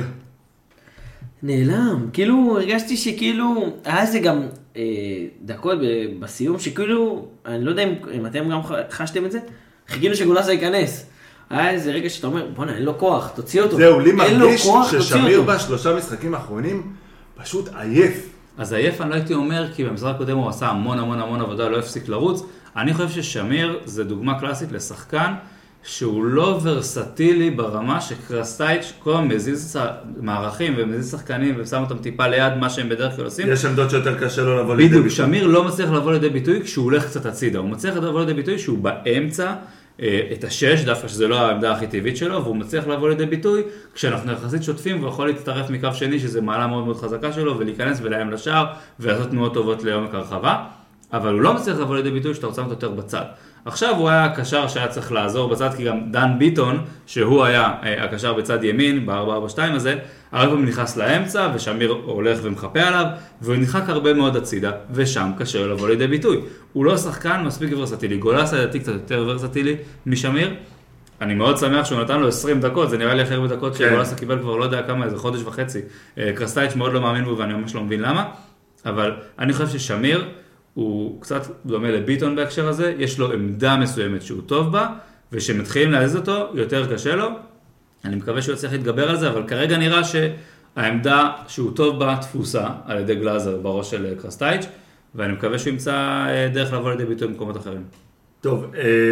נעלם, כאילו הרגשתי שכאילו, היה איזה גם אה, דקות ב- בסיום שכאילו, אני לא יודע אם, אם אתם גם חשתם את זה, חיכינו שגולסה ייכנס. היה איזה רגע שאתה אומר, בוא'נה, אין לו כוח, תוציא אותו. זהו, לי אין לו מרגיש כוח, תוציא ששמיר אותו. בשלושה משחקים האחרונים פשוט עייף. אז עייף אני לא הייתי אומר, כי במשחק הקודם הוא עשה המון המון המון עבודה, לא הפסיק לרוץ. אני חושב ששמיר זה דוגמה קלאסית לשחקן שהוא לא ורסטילי ברמה שקרסטייץ' כל הזמן מזיז מערכים ומזיז שחקנים ושם אותם טיפה ליד מה שהם בדרך כלל עושים. יש עמדות שיותר קשה לו לבוא לידי בדיוק, ביטוי. שמיר לא מצליח לבוא לידי ביטוי כשהוא הולך קצת הצידה, הוא מצליח לבוא לידי ביטוי שהוא באמצע את השש, דווקא שזה לא העמדה הכי טבעית שלו, והוא מצליח לבוא לידי ביטוי כשאנחנו יחסית שוטפים והוא יכול להצטרף מקו שני שזה מעלה מאוד מאוד חזקה שלו ולהיכנס ולהם לשער ולעשות תנועות טובות לעומק הרחבה, אבל הוא לא מצליח לבוא לידי ביטוי שאתה רוצה אותו יותר בצד. עכשיו הוא היה הקשר שהיה צריך לעזור בצד, כי גם דן ביטון, שהוא היה הקשר בצד ימין, ב-ארבע ארבע שתיים הזה, הרבה פעמים נכנס לאמצע, ושמיר הולך ומחפה עליו, והוא נדחק הרבה מאוד הצידה, ושם קשה לבוא לידי ביטוי. הוא לא שחקן מספיק ורסטילי, גולסה לדעתי קצת יותר ורסטילי משמיר. אני מאוד שמח שהוא נתן לו עשרים דקות, זה נראה לי אחר בדקות שגולסה קיבל כבר לא יודע כמה, איזה חודש וחצי. קרסטייץ' מאוד לא מאמין בו, ואני ממש לא מבין למה, אבל אני חושב ששמיר הוא קצת דומה לביטון בהקשר הזה, יש לו עמדה מסוימת שהוא טוב בה, ושמתחילים להזיז אותו, יותר קשה לו. אני מקווה שהוא יצליח להתגבר על זה, אבל כרגע נראה שהעמדה שהוא טוב בה תפוסה על ידי גלאזר בראש של קרסטייץ', ואני מקווה שהוא ימצא דרך לבוא לידי ביטוי במקומות אחרים. טוב,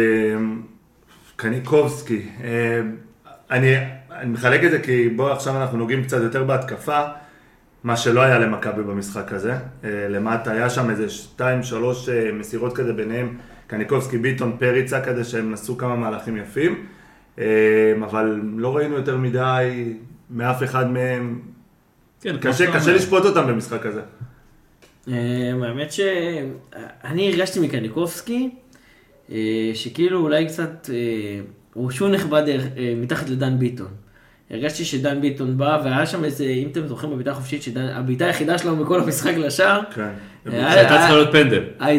קניקובסקי, אני, אני מחלק את זה כי בוא עכשיו אנחנו נוגעים קצת יותר בהתקפה, מה שלא היה למכבי במשחק הזה. למטה היה שם איזה שתיים, שלוש מסירות כזה ביניהם, קניקובסקי, ביטון, פריצה כזה שהם נסו כמה מהלכים יפים, אבל לא ראינו יותר מדי מאף אחד מהם. כן, קשה, קשה לשפוט אותם במשחק הזה. האמת שאני הרגשתי מקניקובסקי, שכאילו אולי קצת, הוא שוב נכבד מתחת לדן ביטון. הרגשתי שדן ביטון בא, והיה שם איזה, אם אתם זוכרים בביתה החופשית, שהביתה היחידה שלנו מכל המשחק לשער. כן. שהייתה צריכה להיות פנדל.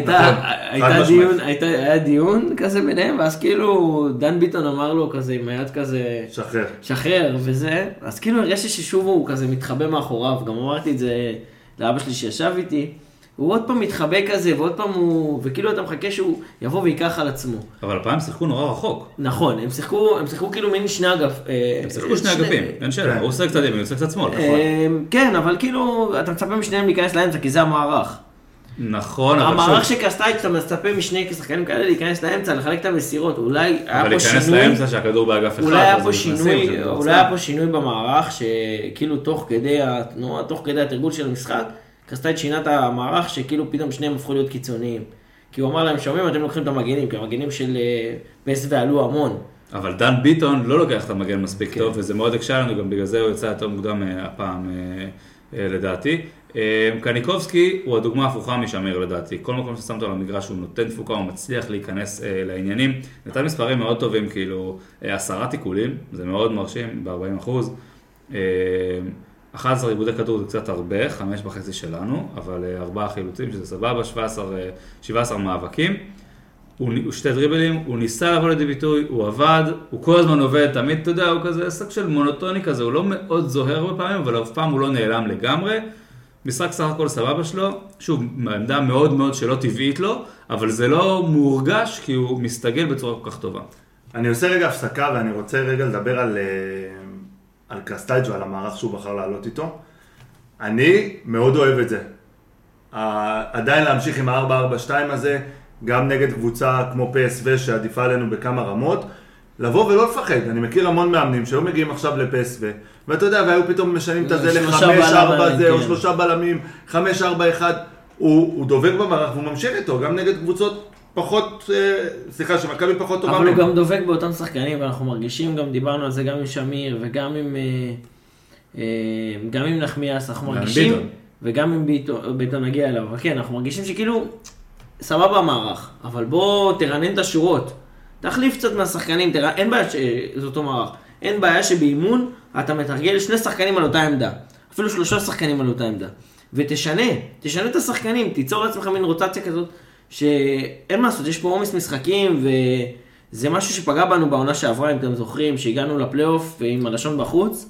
היה דיון כזה ביניהם, ואז כאילו דן ביטון אמר לו כזה עם היד כזה... שחרר. שחרר וזה, אז כאילו הרגשתי ששוב הוא כזה מתחבא מאחוריו, גם אמרתי את זה לאבא שלי שישב איתי, הוא עוד פעם מתחבא כזה, ועוד פעם הוא, וכאילו אתה מחכה שהוא יבוא ויקח על עצמו. אבל הפעם שיחקו נורא רחוק. נכון, הם שיחקו, הם שיחקו כאילו מין שני אגף. הם שיחקו שני אגפים, אין שאלה, הוא עושה קצת ימין, הוא עושה קצת שמאל, נכון. כן, אבל כאילו, אתה מצפה משניהם להיכנס לאמצע, כי זה המערך. נכון, אבל המערך שקסטייץ' אתה מצפה משני כשחקנים כאלה להיכנס לאמצע, לחלק את המסירות, אולי היה פה שינוי. אבל להיכנס לאמצע שהכדור באגף אחד. אולי היה פה שינוי, אולי היה פה שינוי במערך, שכאילו תוך כדי התנועה, תוך כדי התרגול של המשחק, קרסטייץ' שינה את המערך שכאילו פתאום שניהם הפכו להיות קיצוניים. כי הוא אמר להם, שומעים, אתם לוקחים את המגנים, כי המגנים של פס ועלו המון. אבל דן ביטון לא לוקח את המגן מספיק כן. טוב, וזה מאוד הקשה לנו, גם בגלל זה הוא יצא יותר מוקדם הפעם לדעתי. קניקובסקי הוא הדוגמה הפוכה משמיר לדעתי. כל מקום ששמת לו למגרש הוא נותן תפוקה, הוא מצליח להיכנס לעניינים. נתן מספרים מאוד טובים, כאילו עשרה תיקולים, זה מאוד מרשים, ב-ארבעים אחוז. אחד עשר עיבודי כדור זה קצת הרבה, חמש וחצי שלנו, אבל ארבעה חילוצים שזה סבבה, שבעה עשר מאבקים. הוא שתי דריבלים, הוא ניסה לבוא לידי ביטוי, הוא עבד, הוא כל הזמן עובד, תמיד, אתה יודע, הוא כזה סוג של מונוטוני כזה, הוא לא מאוד זוהר בפעמים, אבל אף פעם הוא לא נעלם לגמרי. משחק סך הכל סבבה שלו, שוב, עמדה מאוד מאוד שלא טבעית לו, אבל זה לא מורגש כי הוא מסתגל בצורה כל כך טובה. אני עושה רגע הפסקה ואני רוצה רגע לדבר על... על קרסטייץ' ועל המערך שהוא בחר לעלות איתו. אני מאוד אוהב את זה. עדיין להמשיך עם ה-ארבע ארבע שתיים הזה, גם נגד קבוצה כמו פי אס וי שעדיפה עלינו בכמה רמות, לבוא ולא לפחד. אני מכיר המון מאמנים שהיו מגיעים עכשיו ל-פי אס וי, ואתה יודע, והיו פתאום משנים את זה ל-חמש ארבע זה, או שלושה בלמים, חמש ארבע אחד, הוא דובק במערך והוא ממשיך איתו, גם נגד קבוצות פחות, סליחה, שמכבי פחות טובה. אבל הוא גם דובק באותם שחקנים, ואנחנו מרגישים, גם דיברנו על זה גם עם שמיר, וגם עם גם עם נחמיאס, אנחנו מרגישים, וגם עם ביטון נגיע אליו, אבל כן, אנחנו מרגישים שכאילו, סבבה המערך, אבל בוא תרנן את השורות, תחליף קצת מהשחקנים, אין בעיה שזה אותו מערך, אין בעיה שבאימון אתה מתרגל שני שחקנים על אותה עמדה, אפילו שלושה שחקנים על אותה עמדה, ותשנה, תשנה את השחקנים, תיצור לעצמך מין רוטציה כזאת, שאין מה לעשות, יש פה עומס משחקים, ו... זה משהו שפגע בנו בעונה שעברה, אם אתם זוכרים, שהגענו לפלייאוף עם הלשון בחוץ,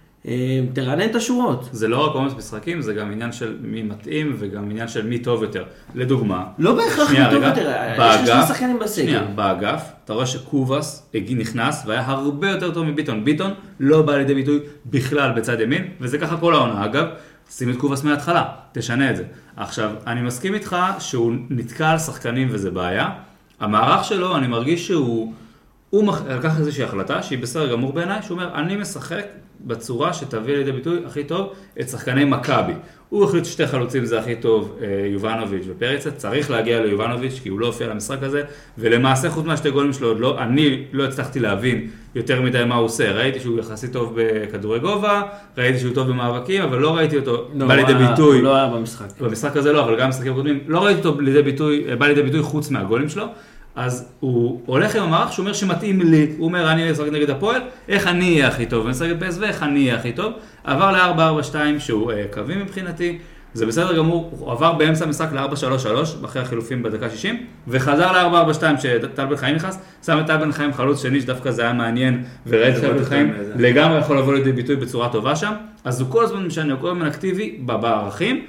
תרענן את השורות. זה לא רק עומס משחקים, זה גם עניין של מי מתאים וגם עניין של מי טוב יותר. לדוגמה, לא בהכרח מי טוב יותר, יש שני שחקנים בסגל. שנייה, באגף, אתה רואה שקובס נכנס והיה הרבה יותר טוב מביטון. ביטון לא בא לידי ביטוי בכלל בצד ימין, וזה ככה כל העונה. אגב, שים את קובס מההתחלה, תשנה את זה. עכשיו, אני מסכים איתך שהוא נתקע על שחקנים וזה בעיה. המערך שלו, אני מרגיש שהוא הוא לקח איזושהי החלטה שהיא בסדר גמור בעיניי, שהוא אומר, אני משחק בצורה שתביא לידי ביטוי הכי טוב את שחקני מכבי. הוא החליט ששתי חלוצים זה הכי טוב, יובנוביץ' ופריצה, צריך להגיע ליובנוביץ' כי הוא לא הופיע למשחק הזה, ולמעשה חוץ מהשתי גולים שלו, לא, אני לא הצלחתי להבין יותר מדי מה הוא עושה. ראיתי שהוא יחסית טוב בכדורי גובה, ראיתי שהוא טוב במאבקים, אבל לא ראיתי אותו לא, בא לידי ביטוי. הוא לא היה במשחק. במשחק הזה לא, אבל גם במשחקים הקודמים, לא ראיתי אותו לידי ביטוי, בא לידי ביטוי חוץ מהגולים שלו. אז הוא הולך עם המערך שהוא אומר שמתאים לי, הוא אומר אני אשחק נגד הפועל, איך אני אהיה הכי טוב, ואני אשחק פי אס וי, איך אני אהיה הכי טוב, עבר ל-ארבע ארבע שתיים שהוא קווי מבחינתי, זה בסדר גמור, הוא עבר באמצע המשחק ל-ארבע שלוש שלוש, אחרי החילופים בדקה שישים, וחזר ל-ארבע ארבע שתיים שטל בן חיים נכנס, שם את טל בן חיים חלוץ שני, שדווקא זה היה מעניין, וראית טל בן חיים לגמרי יכול לבוא לידי ביטוי בצורה טובה שם, אז הוא כל הזמן משנה, הוא כל הזמן אקטיבי בערכים,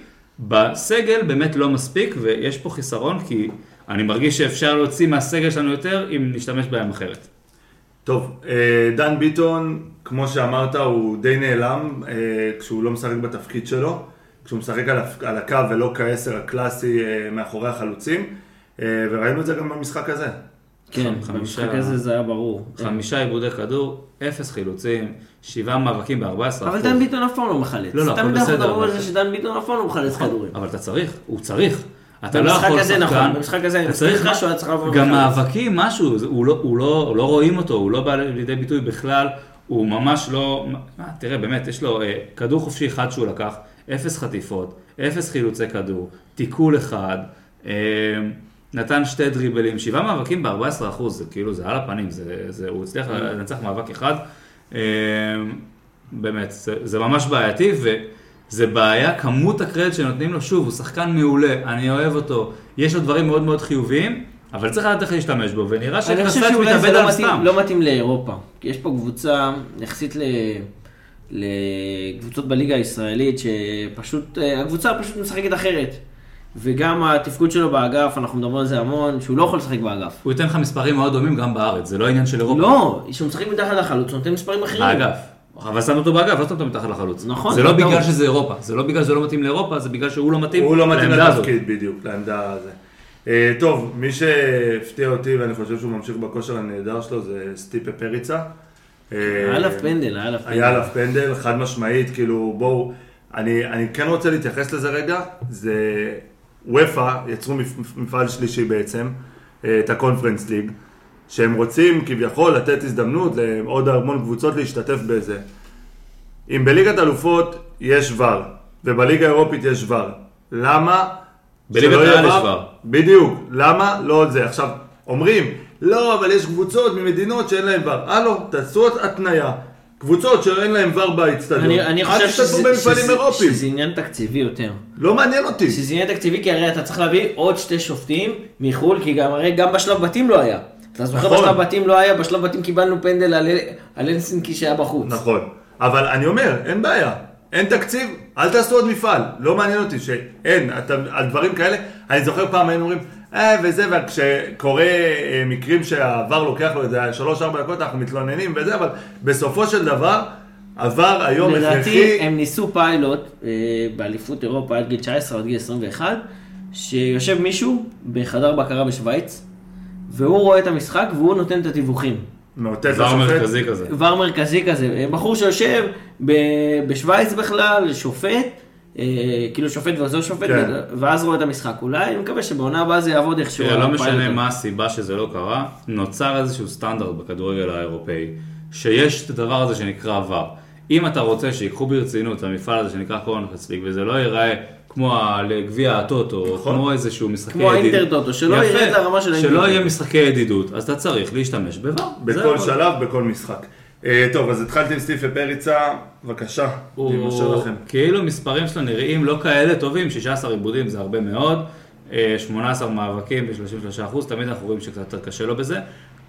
בסגל באמת לא מספיק, ויש פה חיסרון, כי אני מרגיש שאפשר להוציא מהסגל שלנו יותר אם נשתמש בהם אחרת. טוב, דן ביטון, כמו שאמרת, הוא די נעלם כשהוא לא משחק בתפקיד שלו, כשהוא משחק על הקו ולא כעשר הקלאסי מאחורי החלוצים, וראינו את זה גם במשחק הזה. כן, במשחק הזה זה היה ברור. חמישה עיבודי כדור, אפס חילוצים, שבעה מאבקים ב-ארבע עשרה אחוז. אבל דן ביטון אף פעם לא מחלץ. לא, לא, תמיד אנחנו מדברים על זה שדן ביטון אף פעם לא מחלץ כדורים. אבל אתה צריך, הוא צריך. אתה לא במשחק יכול הזה שחקן, נכון, במשחק הזה אתה צריך משהו היה צריך לעבור גם מחלץ. מאבקים, משהו, הוא לא, הוא לא, הוא לא רואים אותו, הוא לא בא לידי ביטוי בכלל, הוא ממש לא, מה, תראה באמת, יש לו אה, כדור חופשי אחד שהוא לקח, אפס חטיפות, אפס חילוצי כדור, תיקול אחד, אה, נתן שתי דריבלים, שבעה מאבקים ב-ארבע עשרה אחוז, זה כאילו, זה על הפנים, זה, זה, הוא הצליח לנצח מאבק אחד, אה, באמת, זה, זה ממש בעייתי, ו... זה בעיה, כמות הקרדיט שנותנים לו, שוב, הוא שחקן מעולה, אני אוהב אותו, יש לו דברים מאוד מאוד חיוביים, אבל צריך לדעת איך להשתמש בו, ונראה שקרסט מתאבד על סתם. לא מתאים לאירופה, כי יש פה קבוצה, יחסית לקבוצות בליגה הישראלית, שפשוט, הקבוצה פשוט משחקת אחרת. וגם התפקוד שלו באגף, אנחנו מדברים על זה המון, שהוא לא יכול לשחק באגף. הוא ייתן לך מספרים מאוד דומים גם בארץ, זה לא עניין של אירופה. לא, שהוא משחק מתחת לחלוץ, הוא נותן מספרים אחרים. באגף. אבל שם אותו באגף, לא שם אותו מתחת לחלוץ. נכון. זה לא בגלל שזה אירופה, זה לא בגלל שזה לא מתאים לאירופה, זה בגלל שהוא לא מתאים הוא לא מתאים לעמדה הזאת. לתפקיד בדיוק, לעמדה הזו. טוב, מי שהפתיע אותי ואני חושב שהוא ממשיך בכושר הנהדר שלו זה סטיפה פריצה. היה עליו פנדל, היה עליו פנדל. היה עליו פנדל, חד משמעית, כאילו בואו, אני, אני כן רוצה להתייחס לזה רגע, זה וופא יצרו מפעל שלישי בעצם, את הקונפרנס ליג, שהם רוצים כביכול לתת הזדמנות לעוד המון קבוצות להשתתף בזה. אם בליגת אלופות יש ור, ובליגה האירופית יש ור, למה? בליגת העל יש ור. בדיוק, למה? לא עוד זה. עכשיו, אומרים, לא, אבל יש קבוצות ממדינות שאין להם ור. הלו, תעשו התניה. קבוצות שאין להם ור באצטדיון. אני, אני חושב שזה, שזה, שזה עניין תקציבי יותר. לא מעניין אותי. שזה עניין תקציבי, כי הרי אתה צריך להביא עוד שתי שופטים מחול, כי גם, הרי גם בשלב בתים לא היה. אתה זוכר נכון. בשלב בתים לא היה, בשלב בתים קיבלנו פנדל על, על אלסינקי שהיה בחוץ. נכון. אבל אני אומר, אין בעיה. אין תקציב, אל תעשו עוד מפעל. לא מעניין אותי שאין, אתה, על דברים כאלה. אני זוכר פעם היינו אומרים, אה, וזה, וכשקורה אה, מקרים שהעבר לוקח לו את זה, שלוש, ארבע דקות, אנחנו מתלוננים וזה, אבל בסופו של דבר, עבר היום הכרחי. לדעתי, הם ניסו פיילוט אה, באליפות אירופה עד גיל תשע עשרה, עד גיל עשרים ואחת, שיושב מישהו בחדר בקרה בשוויץ, והוא רואה את המשחק והוא נותן את הדיווחים. ור מרכזי כזה. ור מרכזי כזה. בחור שיושב בשוויץ בכלל, שופט, כאילו שופט ועוזר שופט, ואז רואה את המשחק. אולי אני מקווה שבעונה הבאה זה יעבוד איכשהו. לא משנה מה הסיבה שזה לא קרה, נוצר איזשהו סטנדרט בכדורגל האירופאי, שיש את הדבר הזה שנקרא ור. אם אתה רוצה שיקחו ברצינות המפעל הזה שנקרא קונפרנס ליג, וזה לא ייראה כמו לגביע הטוטו, כמו איזשהו משחקי ידידות. כמו האינטר טוטו, שלא ירד לרמה של האינטר. שלא יהיה משחקי ידידות, אז אתה צריך להשתמש בבר. בכל שלב, בכל משחק. טוב, אז התחלתי עם סטיפה פריצה, בבקשה, תימשל לכם. כאילו מספרים שלו נראים לא כאלה טובים, שישה עשר עיבודים זה הרבה מאוד, שמונה עשר מאבקים ב-שלושים ושלושה אחוז, תמיד אנחנו רואים שקצת יותר קשה לו בזה,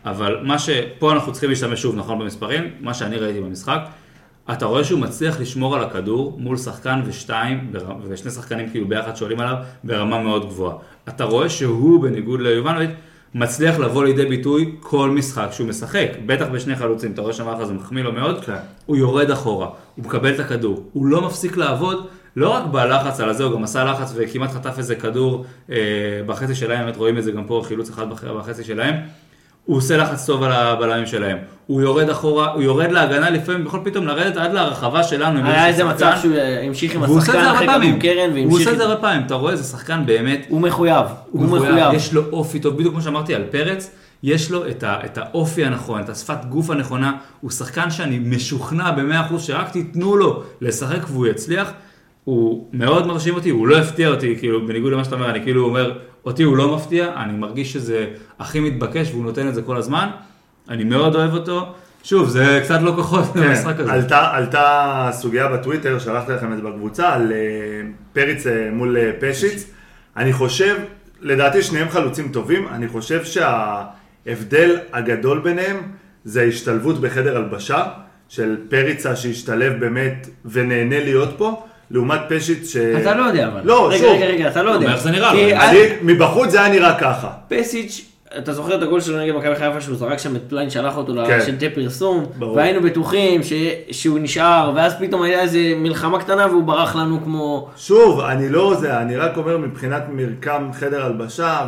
אבל מה שפה אנחנו צריכים להשתמש שוב נכון במספרים, מה שאני ראיתי במשחק, אתה רואה שהוא מצליח לשמור על הכדור מול שחקן ושתיים, ושני שחקנים כאילו ביחד שעולים עליו ברמה מאוד גבוהה. אתה רואה שהוא בניגוד ליובנוביץ' מצליח לבוא לידי ביטוי כל משחק שהוא משחק, בטח בשני חלוצים, אתה רואה שהמערך הזה מחמיא לו מאוד, okay. הוא יורד אחורה, הוא מקבל את הכדור, הוא לא מפסיק לעבוד, לא רק בלחץ על הזה, הוא גם עשה לחץ וכמעט חטף איזה כדור אה, בחצי שלהם, באמת רואים את זה גם פה, חילוץ אחד בחצי שלהם, הוא עושה לחץ טוב על הבלמים שלהם, הוא יורד אחורה, הוא יורד להגנה לפעמים, בכל פתאום לרדת עד להרחבה שלנו. היה איזה מצב שהוא המשיך עם השחקן אחרי כדור קרן, הוא עושה את זה הרבה פעמים, אתה רואה, זה שחקן באמת, הוא מחויב, הוא מחויב, יש לו אופי טוב, בדיוק כמו שאמרתי על פרץ, יש לו את, ה, את האופי הנכון, את השפת גוף הנכונה, הוא שחקן שאני משוכנע ב-מאה אחוז שרק תיתנו לו לשחק והוא יצליח, הוא מאוד מרשים אותי, הוא לא הפתיע אותי, כאילו בניגוד למה שאתה אומר, אני כאילו אומר, אותי הוא לא מפתיע, אני מרגיש שזה הכי מתבקש והוא נותן את זה כל הזמן, אני מאוד אוהב אותו, שוב, זה קצת לא כוחות כן, במשחק הזה. עלתה, עלתה סוגיה בטוויטר, שלחתי לכם את זה בקבוצה, על פריץ מול פשיץ, אני חושב, לדעתי שניהם חלוצים טובים, אני חושב שההבדל הגדול ביניהם זה ההשתלבות בחדר הלבשה, של פריצה שהשתלב באמת ונהנה להיות פה, לעומת פשיץ ש... אתה לא יודע אבל. לא, רגע, שוב. רגע, רגע, אתה לא יודע. איך זה נראה? אני, מבחוץ זה היה נראה ככה. פשיץ, אתה זוכר את הגול שלו נגד מכבי חיפה שהוא זרק שם את פליין שלח אותו כן. לשלטי פרסום, ברור. והיינו בטוחים ש... שהוא נשאר, ואז פתאום היה איזה מלחמה קטנה והוא ברח לנו כמו... שוב, אני לא זה, אני רק אומר מבחינת מרקם חדר הלבשה,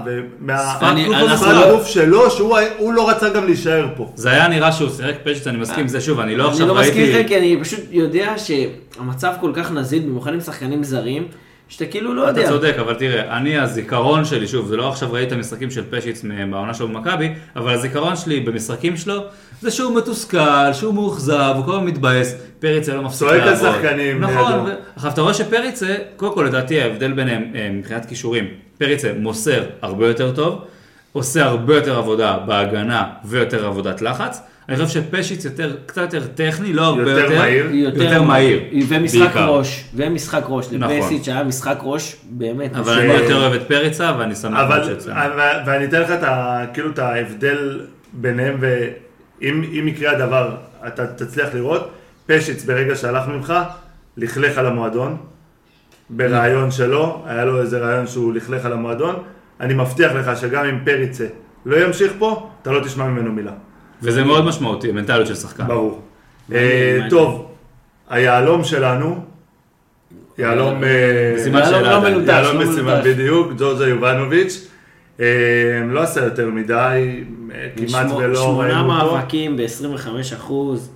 ומהשפת הגוף שלו, שהוא לא רצה גם להישאר פה. זה היה נראה שהוא סירק פשיץ, אני מסכים, זה שוב, אני לא אני עכשיו לא ראיתי... מסכים לך, כי אני פשוט יודע שהמצב כל כך נזיל, במיוחד עם שחקנים זרים, שאתה כאילו לא יודע. אתה צודק, אבל תראה, אני הזיכרון שלי, שוב, זה לא עכשיו ראיתי את המשחקים של פשיץ בעונה שלו במכבי, אבל הזיכרון שלי במשחקים שלו, זה שהוא מתוסכל, שהוא מאוכזב, הוא כל הזמן מתבאס, פריצה לא מפסיק לעבוד. צועק על שחקנים. נכון, עכשיו אתה רואה שפריצה, קודם כל לדעתי ההבדל ביניהם מבחינת כישורים, פריצה מוסר הרבה יותר טוב, עושה הרבה יותר עבודה בהגנה ויותר עבודת לחץ, אני חושב שפשיץ יותר, קצת יותר טכני, לא הרבה יותר, יותר מהיר, יותר מהיר, ומשחק ראש, ומשחק ראש, לפשיץ שהיה משחק ראש באמת. אבל אני יותר אוהב את פריצה ואני שמח מאוד שיצא. ואני אתן לך כאילו את ההבדל ביניהם, ואם יקרה הדבר, אתה תצליח לראות, פשיץ ברגע שהלך ממך, לכלך על המועדון, ברעיון שלו, היה לו איזה רעיון שהוא לכלך על המועדון, אני מבטיח לך שגם אם פריצה לא ימשיך פה, אתה לא תשמע ממנו מילה. וזה מאוד משמעותי, המנטליות של שחקן. ברור. טוב, היעלום שלנו, יעלום בסימן בדיוק, ג'ורג'ה יובנוביץ', לא עשה יותר מדי, כמעט ולא ראינו אותו. שמונה מאבקים ב-עשרים וחמישה אחוז.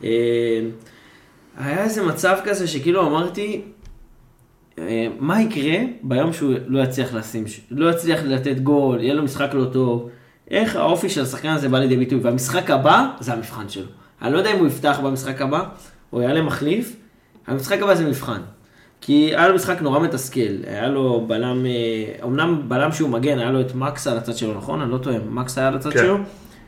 היה איזה מצב כזה שכאילו אמרתי, מה יקרה ביום שהוא לא יצליח לשים, לא יצליח לתת גול, יהיה לו משחק לא טוב, איך האופי של השחקן הזה בא לידי ביטוי, והמשחק הבא זה המבחן שלו. אני לא יודע אם הוא יפתח במשחק הבא, או יעלה מחליף, המשחק הבא זה מבחן. כי היה לו משחק נורא מתסכל, היה לו בלם, אמנם בלם שהוא מגן, היה לו את מקס על הצד שלו, נכון? אני לא טועה, מקס היה על הצד שלו.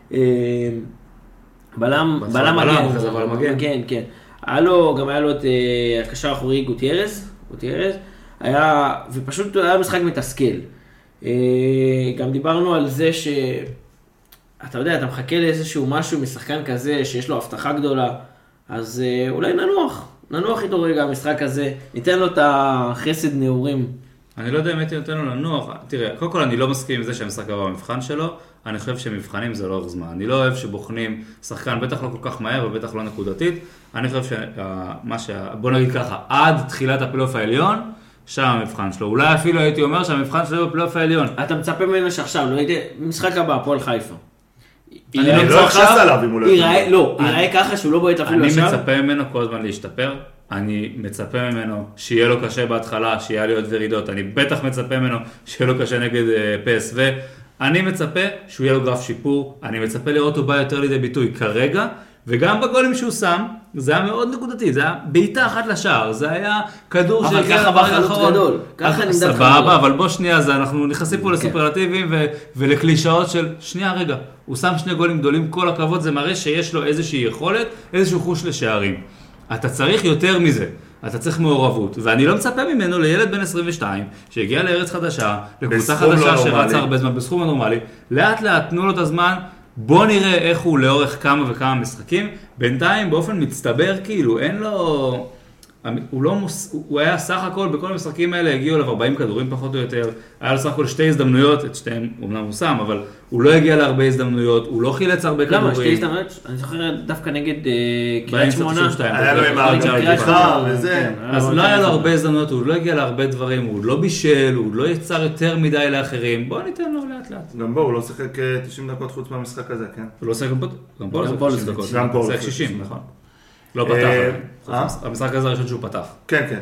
בלם, בלם מגן, כן, כן. היה לו, גם היה לו את הקשר האחורי גוטיירז, גוטיירז, היה, ופשוט היה משחק מתסכל. גם דיברנו על זה שאתה יודע, אתה מחכה לאיזשהו משהו משחקן כזה שיש לו הבטחה גדולה, אז אולי ננוח, ננוח איתו רגע המשחק הזה, ניתן לו את החסד נעורים. אני לא יודע אם הייתי נותן לו לנוח, תראה, קודם כל אני לא מסכים עם זה שהמשחק הבא במבחן שלו, אני חושב שמבחנים זה לא אורך זמן, אני לא אוהב שבוחנים שחקן, בטח לא כל כך מהר ובטח לא נקודתית, אני חושב שמה ש... בוא נגיד ככה, עד תחילת הפלייאוף העליון, שם המבחן שלו. אולי אפילו הייתי אומר שהמבחן שלו בפלייאוף העליון. אתה מצפה ממנו שעכשיו, לא הייתי, משחק הבא, הפועל חיפה. אני לא אכנס עליו אם הוא לא יראה, לא, יראה ככה שהוא לא בועט אפילו עכשיו. עכשיו. אני מצפה ממנו כל הזמן להשתפר. אני מצפה ממנו שיהיה לו קשה בהתחלה, שיהיה לי עוד ורידות. אני בטח מצפה ממנו שיהיה לו קשה נגד פי אס וי. אני מצפה שהוא יהיה לו גרף שיפור. אני מצפה לראות אותו בא יותר לידי ביטוי כרגע. וגם בגולים שהוא שם, זה היה מאוד נקודתי, זה היה בעיטה אחת לשער, זה היה כדור אבל ככה בא חלוץ גדול, ככה נמדד חלוץ. סבבה, אבל בוא שנייה, אנחנו נכנסים פה לסופרלטיבים ולקלישאות של, שנייה רגע, הוא שם שני גולים גדולים, כל הכבוד, זה מראה שיש לו איזושהי יכולת, איזשהו חוש לשערים. אתה צריך יותר מזה, אתה צריך מעורבות, ואני לא מצפה ממנו לילד בן עשרים ושתיים, שהגיע לארץ חדשה, לקבוצה חדשה שרצה הרבה זמן, בסכום הנורמלי, לאט לאט תנו לו את הזמן, בוא נראה איך הוא לאורך כמה וכמה משחקים, בינתיים באופן מצטבר כאילו, אין לו... הוא, לא מוס... הוא היה סך הכל, בכל המשחקים האלה הגיעו אליו ארבעים כדורים פחות או יותר, היה לו סך הכל שתי הזדמנויות, את שתיהן אומנם הוא שם, אבל הוא לא הגיע להרבה הזדמנויות, הוא לא חילץ הרבה כדורים. למה? שתי הזדמנויות? אני זוכר דווקא נגד קריית שמונה. היה לו עם ההרגיחה וזה. אז לא היה לו הרבה הזדמנויות, הוא לא הגיע להרבה דברים, הוא לא בישל, הוא לא יצר יותר מדי לאחרים, בוא ניתן לו לאט לאט. גם בו, הוא לא שיחק תשעים דקות חוץ מהמשחק הזה, כן? הוא לא שיחק גם פה, גם פה לא שיחק דקות. גם פה הוא שיחק שישים, נכון. לא פתח, המשחק הזה הראשון שהוא פתח. כן, כן.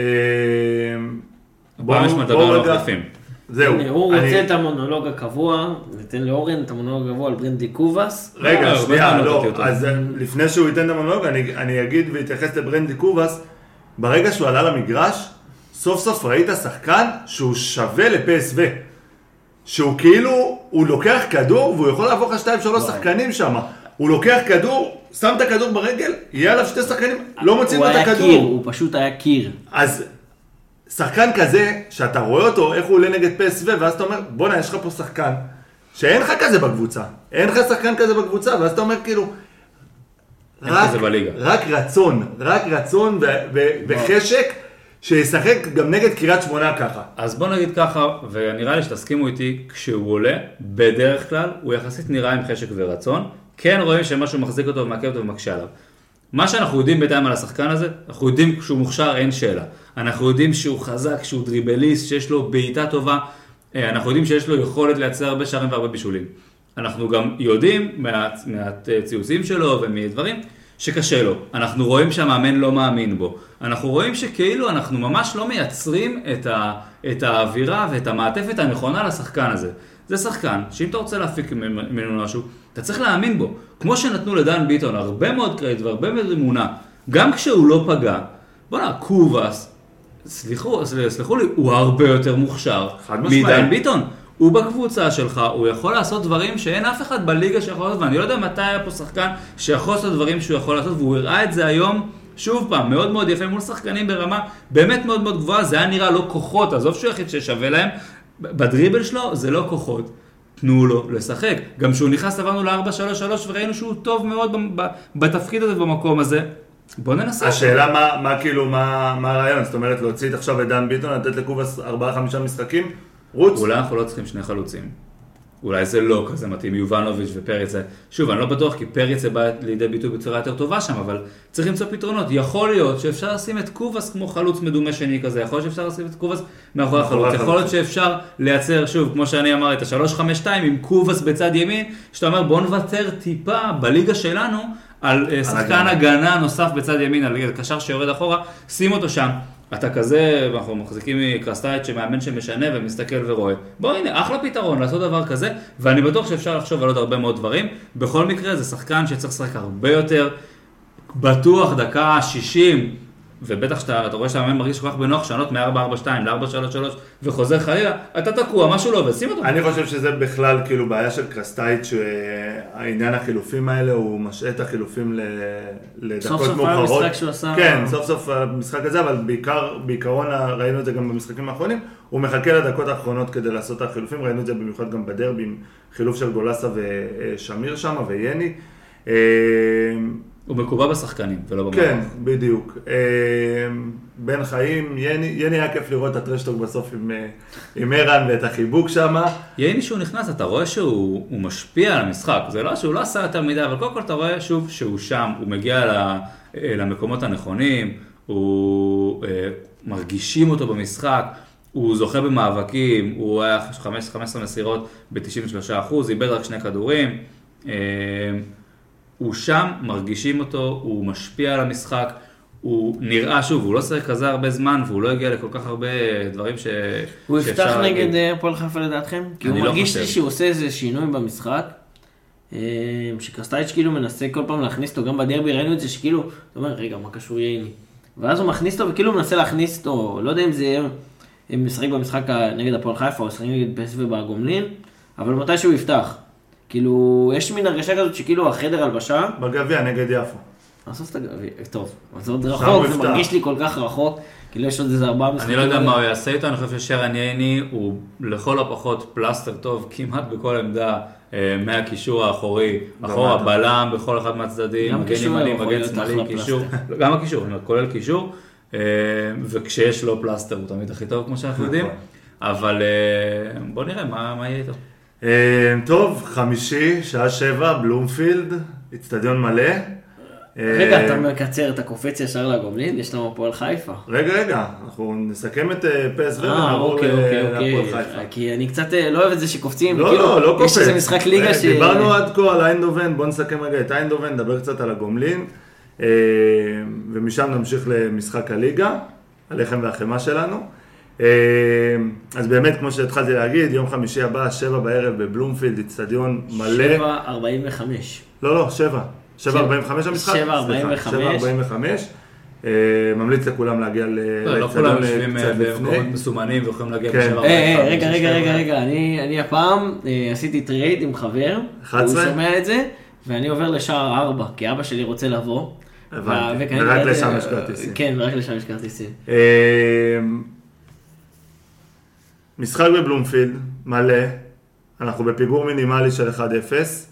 בואו יש מדבר על המחליפים. זהו. הוא רוצה את המונולוג הקבוע, ניתן לאורן את המונולוג הקבוע על ברנדי קובאס. רגע, שנייה, לא, אז לפני שהוא ייתן את המונולוג, אני אגיד ויתייחס לברנדי קובאס, ברגע שהוא עלה למגרש, סוף סוף ראית שחקן שהוא שווה לפ אס וי. שהוא כאילו, הוא לוקח כדור והוא יכול לעבור לך שתיים שלוש שחקנים שם. הוא לוקח כדור, שם את הכדור ברגל, יהיה עליו שתי שחקנים, לא מוצאים לו את הכדור. הוא היה קיר, הוא פשוט היה קיר. אז שחקן כזה, שאתה רואה אותו, איך הוא עולה נגד פ אס וי, ואז אתה אומר, בונה, יש לך פה שחקן, שאין לך כזה בקבוצה. אין לך שחקן כזה בקבוצה, ואז אתה אומר כאילו, רק, רק רצון, רק רצון ו- ו- וחשק, שישחק גם נגד קריית שמונה ככה. אז בוא נגיד ככה, ונראה לי שתסכימו איתי, כשהוא עולה, בדרך כלל, הוא יחסית נראה עם חשק ורצון, כן רואים שמשהו מחזיק אותו ומעכב אותו ומקשה עליו. מה שאנחנו יודעים בינתיים על השחקן הזה, אנחנו יודעים שהוא מוכשר, אין שאלה. אנחנו יודעים שהוא חזק, שהוא דריבליסט, שיש לו בעיטה טובה, אנחנו יודעים שיש לו יכולת לייצר הרבה שערים והרבה בישולים. אנחנו גם יודעים מהציוצים שלו ומדברים שקשה לו. אנחנו רואים שהמאמן לא מאמין בו. אנחנו רואים שכאילו אנחנו ממש לא מייצרים את, ה, את האווירה ואת המעטפת הנכונה לשחקן הזה. זה שחקן שאם אתה רוצה להפיק ממנו משהו, אתה צריך להאמין בו. כמו שנתנו לדן ביטון הרבה מאוד קרדיט והרבה מאוד אמונה, גם כשהוא לא פגע. בוא נה, קובאס, סליחו, סליחו לי, הוא הרבה יותר מוכשר מדן ביטון. הוא בקבוצה שלך, הוא יכול לעשות דברים שאין אף אחד בליגה שיכול לעשות, ואני לא יודע מתי היה פה שחקן שיכול לעשות דברים שהוא יכול לעשות, והוא הראה את זה היום, שוב פעם, מאוד מאוד יפה מול שחקנים ברמה באמת מאוד מאוד גבוהה, זה היה נראה לא כוחות, עזוב שהוא יחיד ששווה להם, בדריבל שלו זה לא כוחות, תנו לו לשחק. גם שהוא נכנס עברנו ל-ארבע שלוש שלוש וראינו שהוא טוב מאוד בתפקיד הזה במקום הזה. בוא ננסה. השאלה מה, מה כאילו, מה, מה הרעיון? זאת אומרת, להוציא עכשיו את דן ביטון, לתת לקובאס ארבעה חמישה משחקים, רוץ. אולי אנחנו לא צריכים שני חלוצים. אולי זה לא כזה מתאים, יובנוביץ' ופריץ. שוב, אני לא בטוח כי פריץ זה בא לידי ביטוי בצורה יותר טובה שם, אבל צריך למצוא פתרונות. יכול להיות שאפשר לשים את קובאס כמו חלוץ מדומה שני כזה, יכול להיות שאפשר לשים את קובאס מאחורי החלוץ, יכול להיות שאפשר לייצר, שוב, כמו שאני אמר, את ה-שלוש חמש שתיים עם קובאס בצד ימין, שאתה אומר בוא נוותר טיפה בליגה שלנו, על שחקן הגנה נוסף בצד ימין, על קשר שיורד אחורה, שים אותו שם. אתה כזה, ואנחנו מחזיקים מקרסטייט שמאמן שמשנה ומסתכל ורואה. בוא הנה, אחלה פתרון לעשות דבר כזה, ואני בטוח שאפשר לחשוב על עוד הרבה מאוד דברים. בכל מקרה זה שחקן שצריך לשחק הרבה יותר, בטוח דקה שישים, ובטח שאתה רואה שהמאמן מרגיש כל כך בנוח שנות מ-ארבע ארבע שתיים ל-ארבע שלוש שלוש וחוזר חלילה, אתה תקוע, משהו לא עובד, שים אותו. אני חושב שזה בכלל כאילו בעיה של קרסטייט, שהעניין החילופים האלה הוא משעה את החילופים לדקות מאוחרות. סוף סוף המשחק שהוא עשה. כן, סוף סוף המשחק הזה, אבל בעיקר, בעיקרון ראינו את זה גם במשחקים האחרונים, הוא מחכה לדקות האחרונות כדי לעשות את החילופים, ראינו את זה במיוחד גם בדרבי, עם חילוף של גולסה ושמיר שם ויני. הוא מקובע בשחקנים ולא במערך. כן, בדיוק. בן חיים, יני, יני היה כיף לראות את הטרשטוק בסוף עם, עם ערן ואת החיבוק שם. יני שהוא נכנס, אתה רואה שהוא משפיע על המשחק. זה לא שהוא לא עשה יותר מדי, אבל קודם כל אתה רואה שוב שהוא שם, הוא מגיע למקומות הנכונים, הוא מרגישים אותו במשחק, הוא זוכה במאבקים, הוא היה חמש עשרה מסירות ב-תשעים ושלושה אחוז, איבד רק שני כדורים. הוא שם, מרגישים אותו, הוא משפיע על המשחק, הוא נראה שוב, הוא לא שחק כזה הרבה זמן, והוא לא הגיע לכל כך הרבה דברים ש... הוא יפתח נגד הפועל חיפה לדעתכם? כי הוא מרגיש לי שהוא עושה איזה שינוי במשחק, שקרסטייץ' כאילו מנסה כל פעם להכניס אותו, גם בדרבי ראינו את זה שכאילו, אתה אומר, רגע, מה קשור ייני? ואז הוא מכניס אותו וכאילו מנסה להכניס אותו, לא יודע אם זה אם משחק במשחק נגד הפועל חיפה או משחק נגד פס ובגומלין, אבל מתי שהוא יפתח. כאילו, יש מין הרגשה כזאת שכאילו החדר הלבשה... בגביע נגד יפו. נעשות את הגביע, טוב, זה עוד רחוק, זה מרגיש לי כל כך רחוק, כאילו יש עוד איזה ארבעה משחקים. אני לא יודע מה הוא יעשה איתו, אני חושב ששרן ייני הוא לכל הפחות פלסטר טוב כמעט בכל עמדה מהקישור האחורי, אחורה, בלם בכל אחד מהצדדים, מגן ימני, מגן שמאלי, קישור, גם הקישור, כולל קישור, וכשיש לו פלסטר הוא תמיד הכי טוב כמו שאנחנו יודעים, אבל בוא נראה מה יהיה איתו. טוב, חמישי, שעה שבע, בלומפילד, אצטדיון מלא. רגע, אתה מקצר, אתה קופץ ישר לגומלין, יש לנו הפועל חיפה. רגע, רגע, אנחנו נסכם את פי אס וי אה, ונעבור אוקיי, אוקיי, להפועל אוקיי. חיפה. כי אני קצת לא אוהב את זה שקופצים. לא, לא, לא קופץ. יש איזה משחק ליגה ש... דיברנו עד כה על איינדובן, בוא נסכם רגע את איינדובן, נדבר קצת על הגומלין, ומשם נמשיך למשחק הליגה, הלחם והחמה שלנו. אז באמת, כמו שהתחלתי להגיד, יום חמישי הבא, שבע בערב בבלומפילד, אצטדיון מלא. שבע ארבעים וחמש. לא, לא, שבע. שבע ארבעים וחמש המשחק? שבע ארבעים וחמש. שבע ארבעים וחמש. ממליץ לכולם להגיע לאצטדיון. לא כולם יושבים במקומות מסומנים ויכולים להגיע בשבע ארבעים וחמש. רגע, רגע, רגע, רגע, אני הפעם עשיתי טרייד עם חבר, הוא שומע את זה, ואני עובר לשער ארבע, כי אבא שלי רוצה לבוא. הבנתי, ורק לשם יש כרטיסים. כן, ורק לשם יש כרטיסים. משחק בבלומפילד, מלא, אנחנו בפיגור מינימלי של אחד אפס.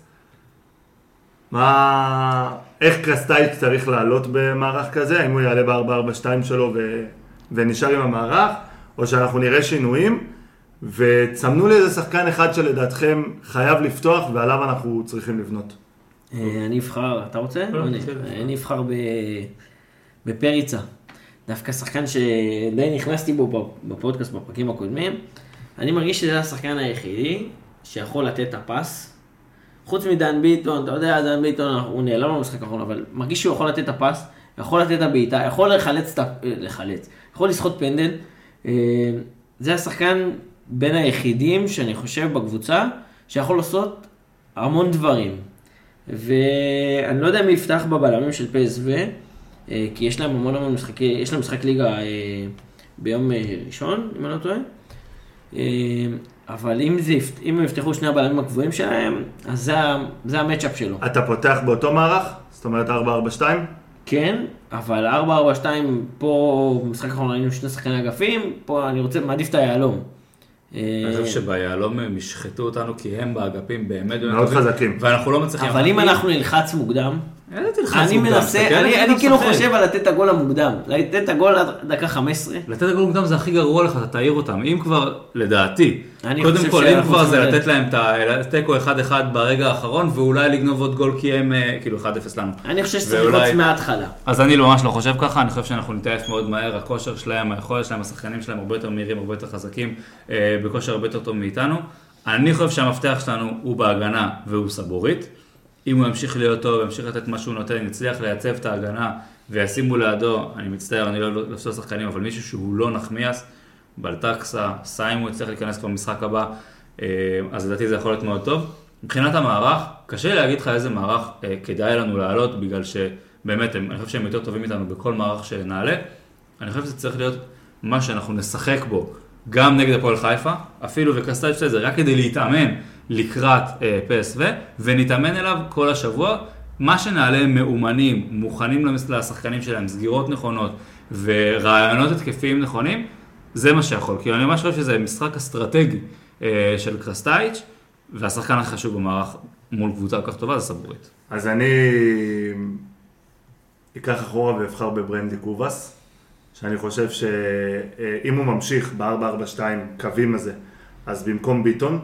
מה... איך קרסטייץ' צריך לעלות במערך כזה? האם הוא יעלה ב-ארבע ארבע שתיים שלו ו... ונשאר עם המערך? או שאנחנו נראה שינויים? וצמנו לי איזה שחקן אחד שלדעתכם חייב לפתוח ועליו אנחנו צריכים לבנות. אני אבחר, אתה רוצה? אני אבחר בפריצה. דווקא שחקן שדי נכנסתי בו בפודקאסט בפרקים הקודמים. אני מרגיש שזה השחקן היחידי שיכול לתת את הפס. חוץ מדן ביטון, אתה יודע, דן ביטון הוא נעלם במשחק האחרון, אבל מרגיש שהוא יכול לתת את הפס, יכול לתת את הבעיטה, יכול לחלץ, לחלץ, יכול לשחוט פנדל. זה השחקן בין היחידים שאני חושב בקבוצה, שיכול לעשות המון דברים. ואני לא יודע מי יפתח בבלמים של פי אס וי, כי יש להם המון המון משחקי, יש להם משחק ליגה ביום ראשון, אם אני לא טועה. אבל אם, זה, אם הם יפתחו שני הבלמים הקבועים שלהם, אז זה, זה המאצ'אפ שלו. אתה פותח באותו מערך? זאת אומרת ארבע ארבע שתיים? כן, אבל ארבע ארבע שתיים, פה במשחק האחרון היינו שני שחקני אגפים, פה אני רוצה, מעדיף את היעלום. אני חושב שביעלום הם ישחטו אותנו, כי הם באגפים באמת מאוד חזקים. ואנחנו לא מצליחים. אבל אם אנחנו נלחץ מוקדם, איזה תלחץ אני מוקדם? מנסה, אני, אני כאילו חושב על לתת את הגול המוקדם, לתת את הגול עד דקה חמש עשרה. לתת את הגול המוקדם זה הכי גרוע לך, אתה תעיר אותם. אם כבר, לדעתי, קודם כל, אם כבר זה לתת להם את הטקו אחד אחד ברגע האחרון, ואולי לגנוב עוד גול כי הם, כאילו אחד אפס לנו. אני חושב שצריך לקרוץ מההתחלה. אז אני ממש לא חושב ככה, אני חושב שאנחנו נתעייף מאוד מהר, הכושר שלהם, היכולת שלהם, השחקנים שלהם הרבה יותר מהירים, הרבה יותר חזקים, בכושר הרבה יותר טוב מאיתנו. אני חושב שהמפתח שלנו הוא בהגנה והוא סבורית. אם הוא ימשיך להיות טוב, ימשיך לתת מה שהוא נותן, יצליח לייצב את ההגנה וישימו לידו, אני מצטער, אני לא לפסול שחקנים, אבל מישהו שהוא לא נחמיאס, בלטקסה, סיימו יצליח להיכנס כבר במשחק הבא, אז לדעתי זה יכול להיות מאוד טוב. מבחינת המערך, קשה להגיד לך איזה מערך כדאי לנו לעלות, בגלל שבאמת, אני חושב שהם יותר טובים איתנו בכל מערך שנעלה. אני חושב שזה צריך להיות מה שאנחנו נשחק בו, גם נגד הפועל חיפה, אפילו וקרסטייץ' זה רק כדי להתאמן לקראת אה, פי אס וי, ונתאמן אליו כל השבוע, מה שנעלה מאומנים, מוכנים לשחקנים שלהם, סגירות נכונות ורעיונות התקפיים נכונים, זה מה שיכול. כי אני ממש חושב שזה משחק אסטרטגי אה, של קרסטייץ', והשחקן הכי חשוב במערך מול קבוצה כל כך טובה זה סבורית. אז אני אקח אחורה ואבחר בברנדי קובס, שאני חושב שאם הוא ממשיך ב-ארבע ארבע שתיים קווים הזה, אז במקום ביטון,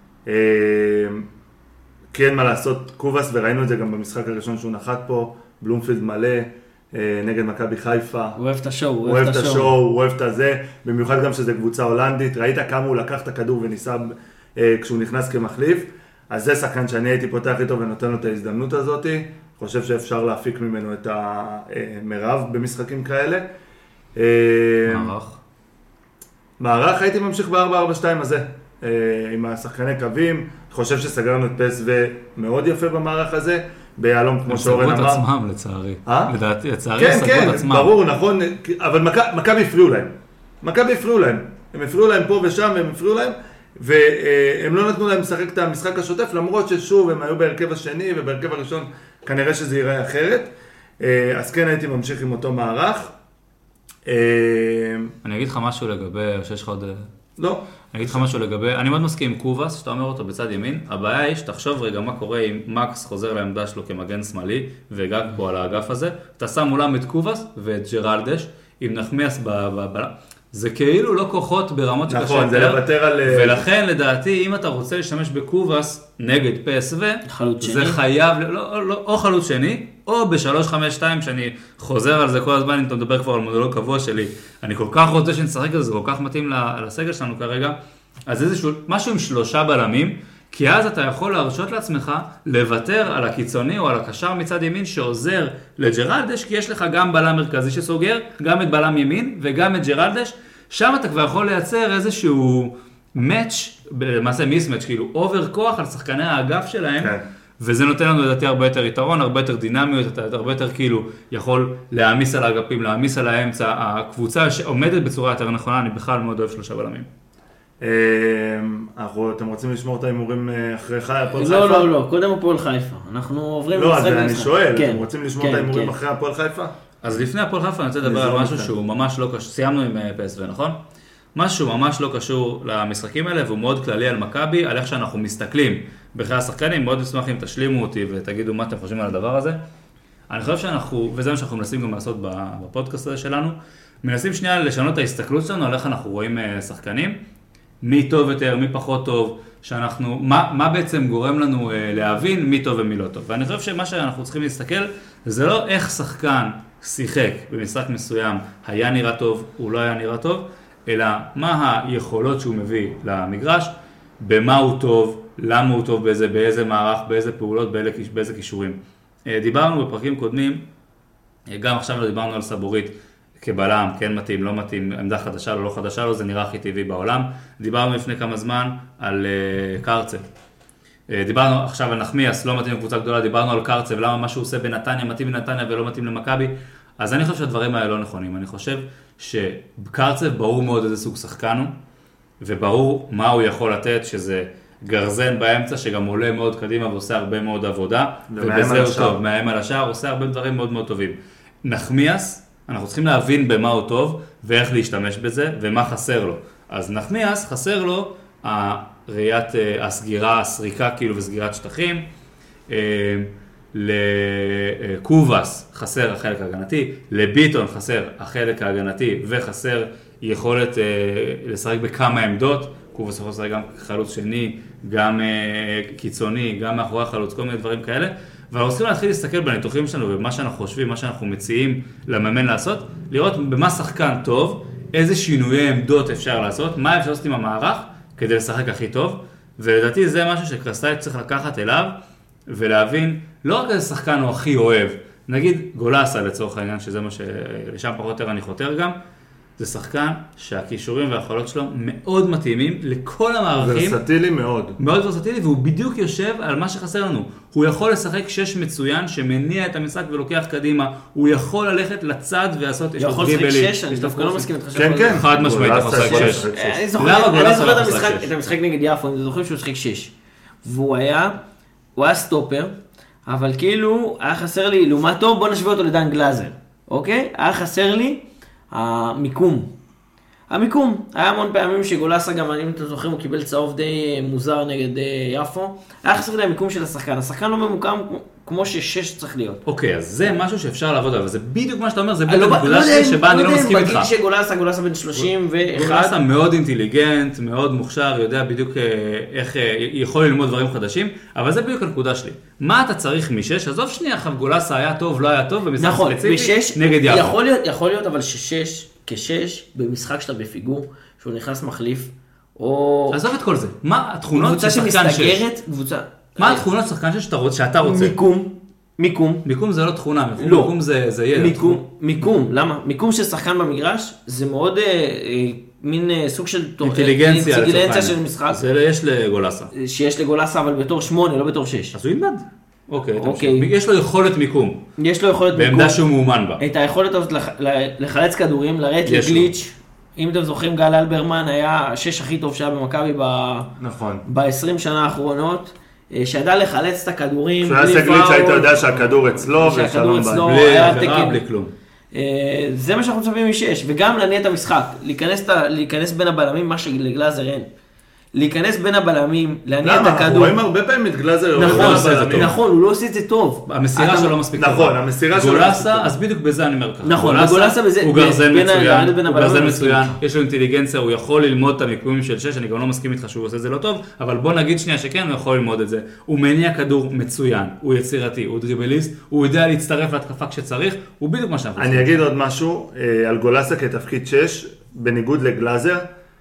כן מה לעשות, קובס, וראינו את זה גם במשחק הראשון שהוא נחת פה, בלומפילד מלא, נגד מכבי חיפה. הוא אוהב את השואו, הוא אוהב את השואו, הוא אוהב את הזה, במיוחד גם שזה קבוצה הולנדית, ראית כמה הוא לקח את הכדור וניסה כשהוא נכנס כמחליף, אז זה שחקן שאני הייתי פותח איתו ונותן לו את ההזדמנות הזאת, חושב שאפשר להפיק ממנו את המרב במשחקים כאלה. מערך? מערך הייתי ממשיך ב-ארבע ארבע שתיים הזה, עם השחקני קווים, חושב שסגרנו את פי אס וי מאוד יפה במערך הזה, ביעלום כמו שאורן אמר. הם סגרו את עצמם לצערי, לדעתי, לצערי כן, סגרו את עצמם. כן, ברור, נכון, אבל מכבי הפריעו להם, מכבי הפריעו להם, הם הפריעו להם פה ושם והם הפריעו להם, והם לא נתנו להם לשחק את המשחק השוטף, למרות ששוב הם היו בהרכב השני ובהרכב הראשון כנראה שזה ייראה אחרת, אז כן הייתי ממשיך עם אותו מערך. אני אגיד לך משהו לגבי, או שיש לך עוד... לא. אני אגיד לך משהו לגבי, אני מאוד מסכים עם קובס, שאתה אומר אותו בצד ימין, הבעיה היא שתחשוב רגע מה קורה אם מקס חוזר לעמדה שלו כמגן שמאלי, וגג פה על האגף הזה, אתה שם מולם את קובס ואת ג'רלדש, עם נחמיאס בבלה, זה כאילו לא כוחות ברמות שקשה נכון, זה לוותר על... ולכן לדעתי, אם אתה רוצה להשתמש בקובס נגד פי אס וי, זה חייב, לא, לא, או חלוץ שני, או ב-שלוש חמש שתיים, שאני חוזר על זה כל הזמן, אם אתה מדבר כבר על מודלוג קבוע שלי, אני כל כך רוצה שנשחק על זה, זה כל כך מתאים לסגל שלנו כרגע, אז איזשהו, משהו עם שלושה בלמים, כי אז אתה יכול להרשות לעצמך לוותר על הקיצוני או על הקשר מצד ימין שעוזר לג'רלדש, כי יש לך גם בלם מרכזי שסוגר, גם את בלם ימין וגם את ג'רלדש, שם אתה כבר יכול לייצר איזשהו מאץ', למעשה מיסמאץ', כאילו אובר כוח על שחקני האגף שלהם, כן. וזה נותן לנו לדעתי הרבה יותר יתרון, הרבה יותר דינמיות, אתה הרבה יותר כאילו יכול להעמיס על האגפים, להעמיס על האמצע, הקבוצה שעומדת בצורה יותר נכונה, אני בכלל מאוד אוהב שלושה בלמים. אתם רוצים לשמור את האימורים אחרי הפועל חיפה? לא, לא, לא, קודם הפועל חיפה. אנחנו עוברים לא, אז אני שואל, אתם רוצים לשמור את האימורים אחרי הפועל חיפה? אז לפני הפועל חיפה אני רוצה לדבר על משהו שהוא ממש לא קשור, סיימנו עם פי אס וי, נכון? משהו ממש לא קשור למשחקים האלה, והוא מאוד כללי על מכבי, על איך שאנחנו מסתכלים בחיי השחקנים, מאוד נשמח אם תשלימו אותי ותגידו מה אתם חושבים על הדבר הזה. אני חושב שאנחנו, וזה מה שאנחנו מנסים גם לעשות בפודקאסט הזה שלנו, מנסים שנייה לשנות את ההסתכלות שלנו על איך אנחנו רואים שחקנים, מי טוב יותר, מי פחות טוב, שאנחנו, מה, מה בעצם גורם לנו אה, להבין מי טוב ומי לא טוב. ואני חושב שמה שאנחנו צריכים להסתכל, זה לא איך שחקן שיחק במשחק מסוים, היה נראה טוב, הוא לא היה נראה טוב, אלא מה היכולות שהוא מביא למגרש, במה הוא טוב, למה הוא טוב באיזה, באיזה מערך, באיזה פעולות, באיזה, באיזה קישורים. אה, דיברנו בפרקים קודמים, אה, גם עכשיו לא דיברנו על סבורית, כבלם, כן מתאים, לא מתאים, עמדה חדשה לו, לא חדשה לו, זה נראה הכי טבעי בעולם. דיברנו לפני כמה זמן על uh, קרצב. Uh, דיברנו עכשיו על נחמיאס, לא מתאים לקבוצה גדולה, דיברנו על קרצב, למה מה שהוא עושה בנתניה מתאים בנתניה ולא מתאים למכבי. אז אני חושב שהדברים האלה לא נכונים. אני חושב שקרצב ברור מאוד איזה סוג שחקן הוא, וברור מה הוא יכול לתת, שזה גרזן באמצע שגם עולה מאוד קדימה ועושה הרבה מאוד עבודה. ובזה הוא טוב, מאיים על השער, עושה הרבה דברים מאוד מאוד טובים. נחמיאס, אנחנו צריכים להבין במה הוא טוב, ואיך להשתמש בזה, ומה חסר לו. אז נחמיאס חסר לו הראיית הסגירה, הסריקה כאילו וסגירת שטחים, לקובס חסר החלק ההגנתי, לביטון חסר החלק ההגנתי, וחסר יכולת לשחק בכמה עמדות, קובס יכול לשחק גם חלוץ שני, גם קיצוני, גם מאחורי החלוץ, כל מיני דברים כאלה, ואנחנו צריכים להתחיל להסתכל בניתוחים שלנו, ובמה שאנחנו חושבים, מה שאנחנו מציעים למאמן לעשות, לראות במה שחקן טוב, איזה שינויי עמדות אפשר לעשות, מה אפשר לעשות עם המערך, כדי לשחק הכי טוב, ולדעתי זה משהו שקרסטייץ' צריך לקחת אליו, ולהבין, לא רק איזה שחקן הוא הכי אוהב, נגיד גולסה לצורך העניין, שזה מה שלשם פחות או יותר אני חותר גם, זה שחקן שהכישורים והיכולות שלו מאוד מתאימים לכל המערכים. ורסטילי מאוד. מאוד ורסטילי, והוא בדיוק יושב על מה שחסר לנו. הוא יכול לשחק שש מצוין שמניע את המשחק ולוקח קדימה. הוא יכול ללכת לצד ועשות... הוא יכול לשחק שש, אני דווקא לא מסכים איתך. כן, כן. חד משמעית, הוא לשחק שש. אני זוכר את המשחק נגד יפו, אני זוכר שהוא שחק שש. והוא היה, הוא היה סטופר, אבל כאילו היה חסר לי, לעומתו, בוא נשווה אותו לדן גלאזר, אוקיי? היה חסר לי המיקום. המיקום. היה המון פעמים שגולסה גם, אם אתם זוכרים, הוא קיבל צהוב די מוזר נגד יפו. היה חסר לי המיקום של השחקן. השחקן לא ממוקם כמו ששש צריך להיות. אוקיי, אז זה משהו שאפשר לעבוד עליו. זה בדיוק מה שאתה אומר, זה בדיוק נקודה שלי שבה אני לא מסכים איתך. בגיל שגולסה, גולסה בן שלושים ואחת. גולסה מאוד אינטליגנט, מאוד מוכשר, יודע בדיוק איך יכול ללמוד דברים חדשים, אבל זה בדיוק הנקודה שלי. מה אתה צריך משש? עזוב שנייה, עכשיו גולסה היה טוב, לא היה טוב, במשחק ספציפי נגד יפו. יכול להיות אבל ששש כשש, במשחק שאתה בפיגור, שהוא נכנס מחליף, או... עזוב את כל זה. מה התכונות של שחקן שש? קבוצה... מה התכונות שחקן שש שאתה רוצה? מיקום. מיקום. מיקום זה לא תכונה, לא. מיקום זה ילד. מיקום. מיקום, למה? מיקום של שחקן במגרש, זה מאוד מין סוג של... אינטליגנציה אינטליגנציה של משחק. זה יש לגולסה. שיש לגולסה, אבל בתור שמונה, לא בתור שש. אז הוא ילמד. אוקיי, יש לו יכולת מיקום. יש לו יכולת מיקום. בעמדה שהוא מאומן בה. את היכולת הזאת לחלץ כדורים, לרדת לגליץ'. אם אתם זוכרים, גל אלברמן היה השש הכי טוב שהיה במכבי ב-עשרים שנה האחרונות, שידע לחלץ את הכדורים. כשהוא היה סגליץ' היית יודע שהכדור אצלו, שהכדור אצלו, בלי עבירה, בלי כלום. זה מה שאנחנו מצפים משש, וגם להניע את המשחק, להיכנס, להיכנס בין הבלמים, מה שלגלאזר אין. להיכנס בין הבלמים, להניע את הכדור. למה? אנחנו רואים הרבה פעמים את גלאזר. נכון, נכון, הוא לא עושה את זה טוב. המסירה שלו לא מספיק טוב. נכון, המסירה שלו. גולסה, אז בדיוק בזה אני אומר ככה. נכון, גולסה בזה, הוא גרזן מצוין, הוא גרזן מצוין, יש לו אינטליגנציה, הוא יכול ללמוד את המיקומים של שש, אני גם לא מסכים איתך שהוא עושה את זה לא טוב, אבל בוא נגיד שנייה שכן, הוא יכול ללמוד את זה. הוא מניע כדור מצוין, הוא יצירתי, הוא דריבליסט, הוא יודע להצטרף להתקפה כשצריך, הוא בדיוק מה שאנחנו אני אגיד עוד משהו על גולסה כתפקיד שש, בניגוד לגלאזר,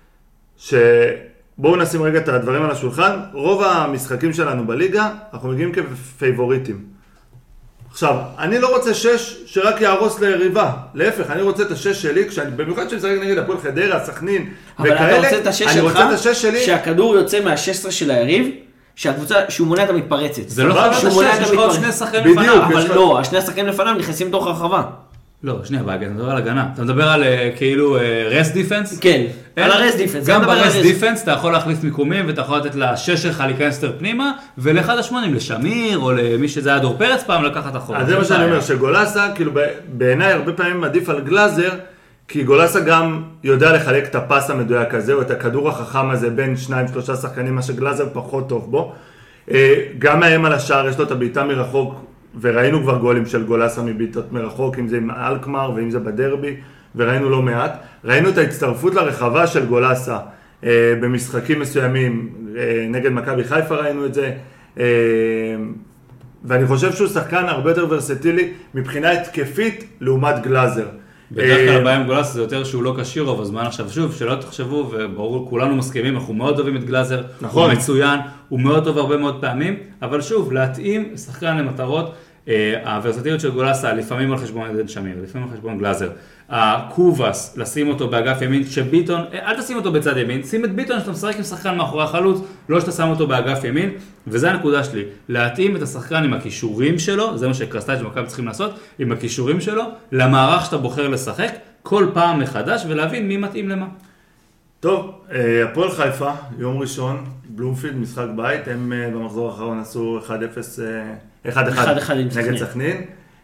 בואו נשים רגע את הדברים על השולחן, רוב המשחקים שלנו בליגה, אנחנו מגיעים כפייבוריטים. עכשיו, אני לא רוצה שש שרק יהרוס ליריבה, להפך, אני רוצה את השש שלי, כשאני, במיוחד שאני משחק נגד הפועל חדרה, סכנין וכאלה, אבל אתה רוצה את השש אני רוצה את השש שלך, שלי, שהכדור יוצא מה-שש עשרה של היריב, שהקבוצה, שהוא מונע את המתפרצת. זה לא חייב שהוא מונע את השש, יש לך עוד המתפרצת. שני שחקנים בדיוק, לפניו. אבל יש לך- לא, השני השחקנים לפניו נכנסים לתוך הרחבה. לא, שנייה, אתה מדבר על הגנה. אתה מדבר על אה, כאילו רסט דיפנס? כן, על הרסט דיפנס. גם נדבר על ברסט הרסט. דיפנס אתה יכול להחליף מיקומים ואתה יכול לתת לשש שלך להיכנס יותר פנימה, ולאחד השמונים לשמיר או למי שזה היה דור פרץ פעם לקחת אחורה. אז זה מה שאני אומר, שגולסה, כאילו בעיניי הרבה פעמים עדיף על גלאזר, כי גולסה גם יודע לחלק את הפס המדויק הזה, או את הכדור החכם הזה בין שניים, שלושה שחקנים, מה שגלאזר פחות טוב בו. גם מהם על השער, יש לו את הבעיטה מרחוק, וראינו כבר גולים של גולסה מבעיטות מרחוק, אם זה עם אלקמר ואם זה בדרבי, וראינו לא מעט. ראינו את ההצטרפות לרחבה של גולסה אה, במשחקים מסוימים, אה, נגד מכבי חיפה ראינו את זה, אה, ואני חושב שהוא שחקן הרבה יותר ורסטילי מבחינה התקפית לעומת גלאזר. בדרך כלל הבעיה עם גולסה זה יותר שהוא לא קשיר רוב הזמן. עכשיו שוב, שלא תחשבו, וברור כולנו מסכימים, אנחנו מאוד אוהבים את גלאזר, נכון. הוא מצוין, הוא מאוד טוב הרבה מאוד פעמים, אבל שוב, להתאים שחקן למטרות, הוורסטיליות של גולסה לפעמים על חשבון עדן שמיר, לפעמים על חשבון גלאזר. הקובס, לשים אותו באגף ימין, שביטון, אל תשים אותו בצד ימין, שים את ביטון שאתה משחק עם שחקן מאחורי החלוץ, לא שאתה שם אותו באגף ימין, וזה הנקודה שלי, להתאים את השחקן עם הכישורים שלו, זה מה שקרסטייץ' ומכבי צריכים לעשות, עם הכישורים שלו, למערך שאתה בוחר לשחק, כל פעם מחדש, ולהבין מי מתאים למה. טוב, הפועל חיפה, יום ראשון, בלומפילד, משחק בית, הם במחזור האחרון עשו אחד אפס, אחד אחד נגד סכנין.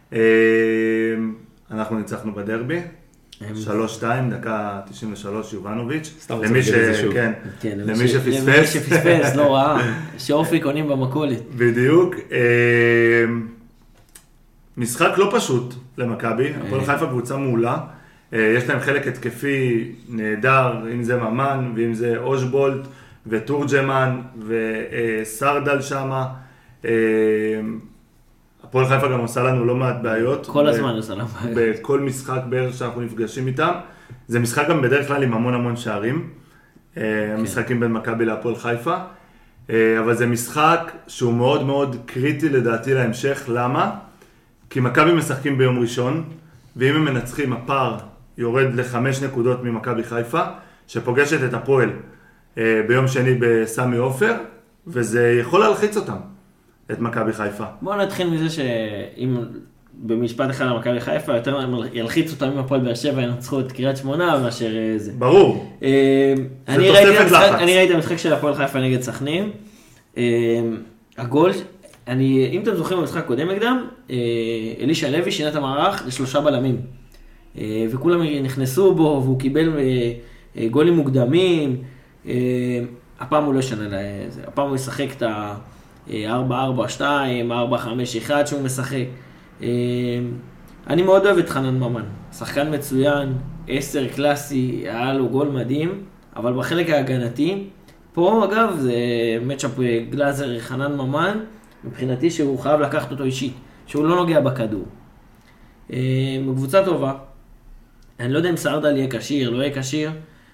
אנחנו ניצחנו בדרבי, שלוש שתיים, דקה תשעים ושלוש, יובנוביץ'. למי ש... כן, למי שפספס. למי שפספס, לא ראה, שאופי קונים במכולת. בדיוק. משחק לא פשוט למכבי, הפועל חיפה קבוצה מעולה. יש להם חלק התקפי נהדר, אם זה ממן, ואם זה אושבולט, וטורג'מן, וסרדל שמה. הפועל חיפה גם עושה לנו לא מעט בעיות. כל הזמן עושה לנו בעיות. בכל משחק בערך שאנחנו נפגשים איתם. זה משחק גם בדרך כלל עם המון המון שערים. המשחקים בין מכבי להפועל חיפה. אבל זה משחק שהוא מאוד מאוד קריטי לדעתי להמשך. למה? כי מכבי משחקים ביום ראשון, ואם הם מנצחים, הפער יורד לחמש נקודות ממכבי חיפה, שפוגשת את הפועל ביום שני בסמי עופר, וזה יכול להלחיץ אותם, את מכבי חיפה. בואו נתחיל מזה שאם במשפט אחד למכבי חיפה, יותר ילחיץ אותם עם הפועל באר שבע, ינצחו את קריית שמונה מאשר זה. ברור. אני ראיתי את המשחק של הפועל חיפה נגד סכנין. הגול, אני, אם אתם זוכרים במשחק קודם נגדם, אלישע לוי שינה את המערך לשלושה בלמים. וכולם נכנסו בו, והוא קיבל גולים מוקדמים. הפעם הוא לא שנה לזה, הפעם הוא ישחק את ה-ארבע ארבע שתיים, ארבע חמש אחת שהוא משחק. אני מאוד אוהב את חנן ממן, שחקן מצוין, עשר קלאסי, היה לו גול מדהים, אבל בחלק ההגנתי, פה אגב זה מצ'אפ גלאזר חנן ממן, מבחינתי שהוא חייב לקחת אותו אישית, שהוא לא נוגע בכדור. קבוצה טובה, אני לא יודע אם סרדל יהיה קשיר, לא יהיה קשיר,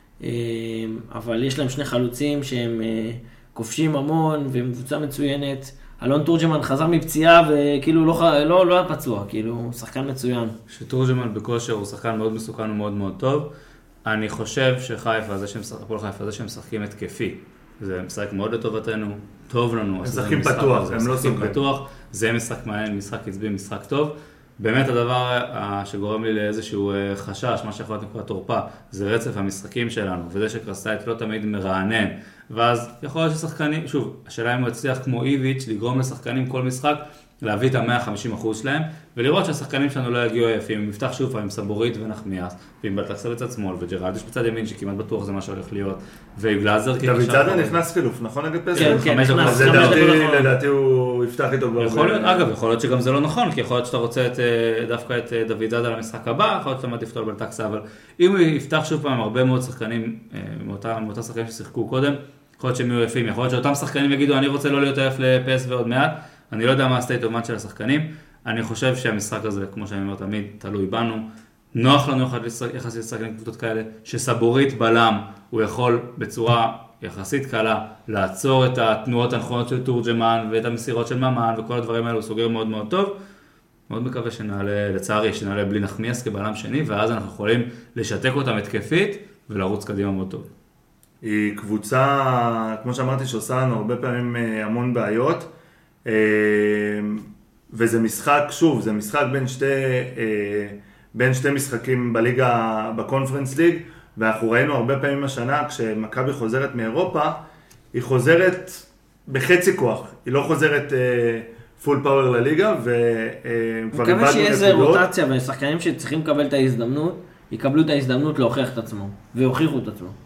אבל יש להם שני חלוצים שהם כובשים המון והם קבוצה מצוינת. אלון תורג'מן חזר מפציעה וכאילו לא, לא, לא היה פצוע, כאילו הוא שחקן מצוין. שתורג'מן בכושר הוא שחקן מאוד מסוכן ומאוד מאוד טוב. אני חושב שחיפה, זה שהם הפועל חיפה, זה שהם משחקים התקפי. זה משחק מאוד לטובתנו, טוב לנו. הם משחקים פתוח, הם לא סוגרים. פתוח, זה משחק מעניין, משחק קצבי, משחק טוב. באמת הדבר שגורם לי לאיזשהו חשש, מה שיכול להיות נקרא תורפה, זה רצף המשחקים שלנו, וזה שקרסטייץ' לא תמיד מרענן. ואז יכול להיות ששחקנים, שוב, השאלה אם הוא הצליח כמו איביץ' לגרום לשחקנים כל משחק להביא את ה-מאה וחמישים אחוז שלהם, ולראות שהשחקנים שלנו לא יגיעו עייפים, עם מפתח שוב עם סבורית ונחמיאס, ועם בלטקסה בצד שמאל, וג'רלדש בצד ימין, שכמעט בטוח זה מה שהולך להיות, ועם גלאזר דוד זאדה נכנס חילוף, נכון נגד פסח? כן, כן, נכנס. אז לדעתי, לדעתי הוא יפתח איתו כבר. יכול להיות, אגב, יכול להיות שגם זה לא נכון, כי יכול להיות שאתה רוצה את, דווקא את דוד זאדה למשחק הבא, יכול להיות שאתה מעדיף אותו על בלטקסה, אבל אם הוא יפתח שוב פעם הרבה מאוד שחקנים, מאותה, מאותה שחקנים ששיחקו קודם, יכול להיות שהם יהיו יפים, יכול להיות שאותם שחקנים יגידו, אני רוצה לא להיות עייף לפס ועוד מעט, אני לא יודע מה הסטייט אוף מאץ' של השחקנים, אני חושב שהמשחק הזה, כמו שאני אומר תמיד, תלוי בנו, נוח לנו יחסית לשחק עם קבוצות כאלה, שסבורית בלם, הוא יכול בצורה יחסית קלה לעצור את התנועות הנכונות של תורג'מן ואת המסירות של ממן וכל הדברים האלו, הוא סוגר מאוד מאוד טוב. מאוד מקווה שנעלה, לצערי, שנעלה בלי נחמיאס כבלם שני, ואז אנחנו יכולים לשתק אותם התקפית ולרוץ קדימה מאוד טוב. היא קבוצה, כמו שאמרתי, שעושה לנו הרבה פעמים המון בעיות, וזה משחק, שוב, זה משחק בין שתי, בין שתי משחקים בליגה, בקונפרנס ליג, ואנחנו ראינו הרבה פעמים השנה, כשמכבי חוזרת מאירופה, היא חוזרת בחצי כוח, היא לא חוזרת פול פאוור לליגה, וכבר מקווה שיהיה איזה רוטציה, ושחקנים שצריכים לקבל את ההזדמנות, יקבלו את ההזדמנות להוכיח את עצמו, והוכיחו את עצמו.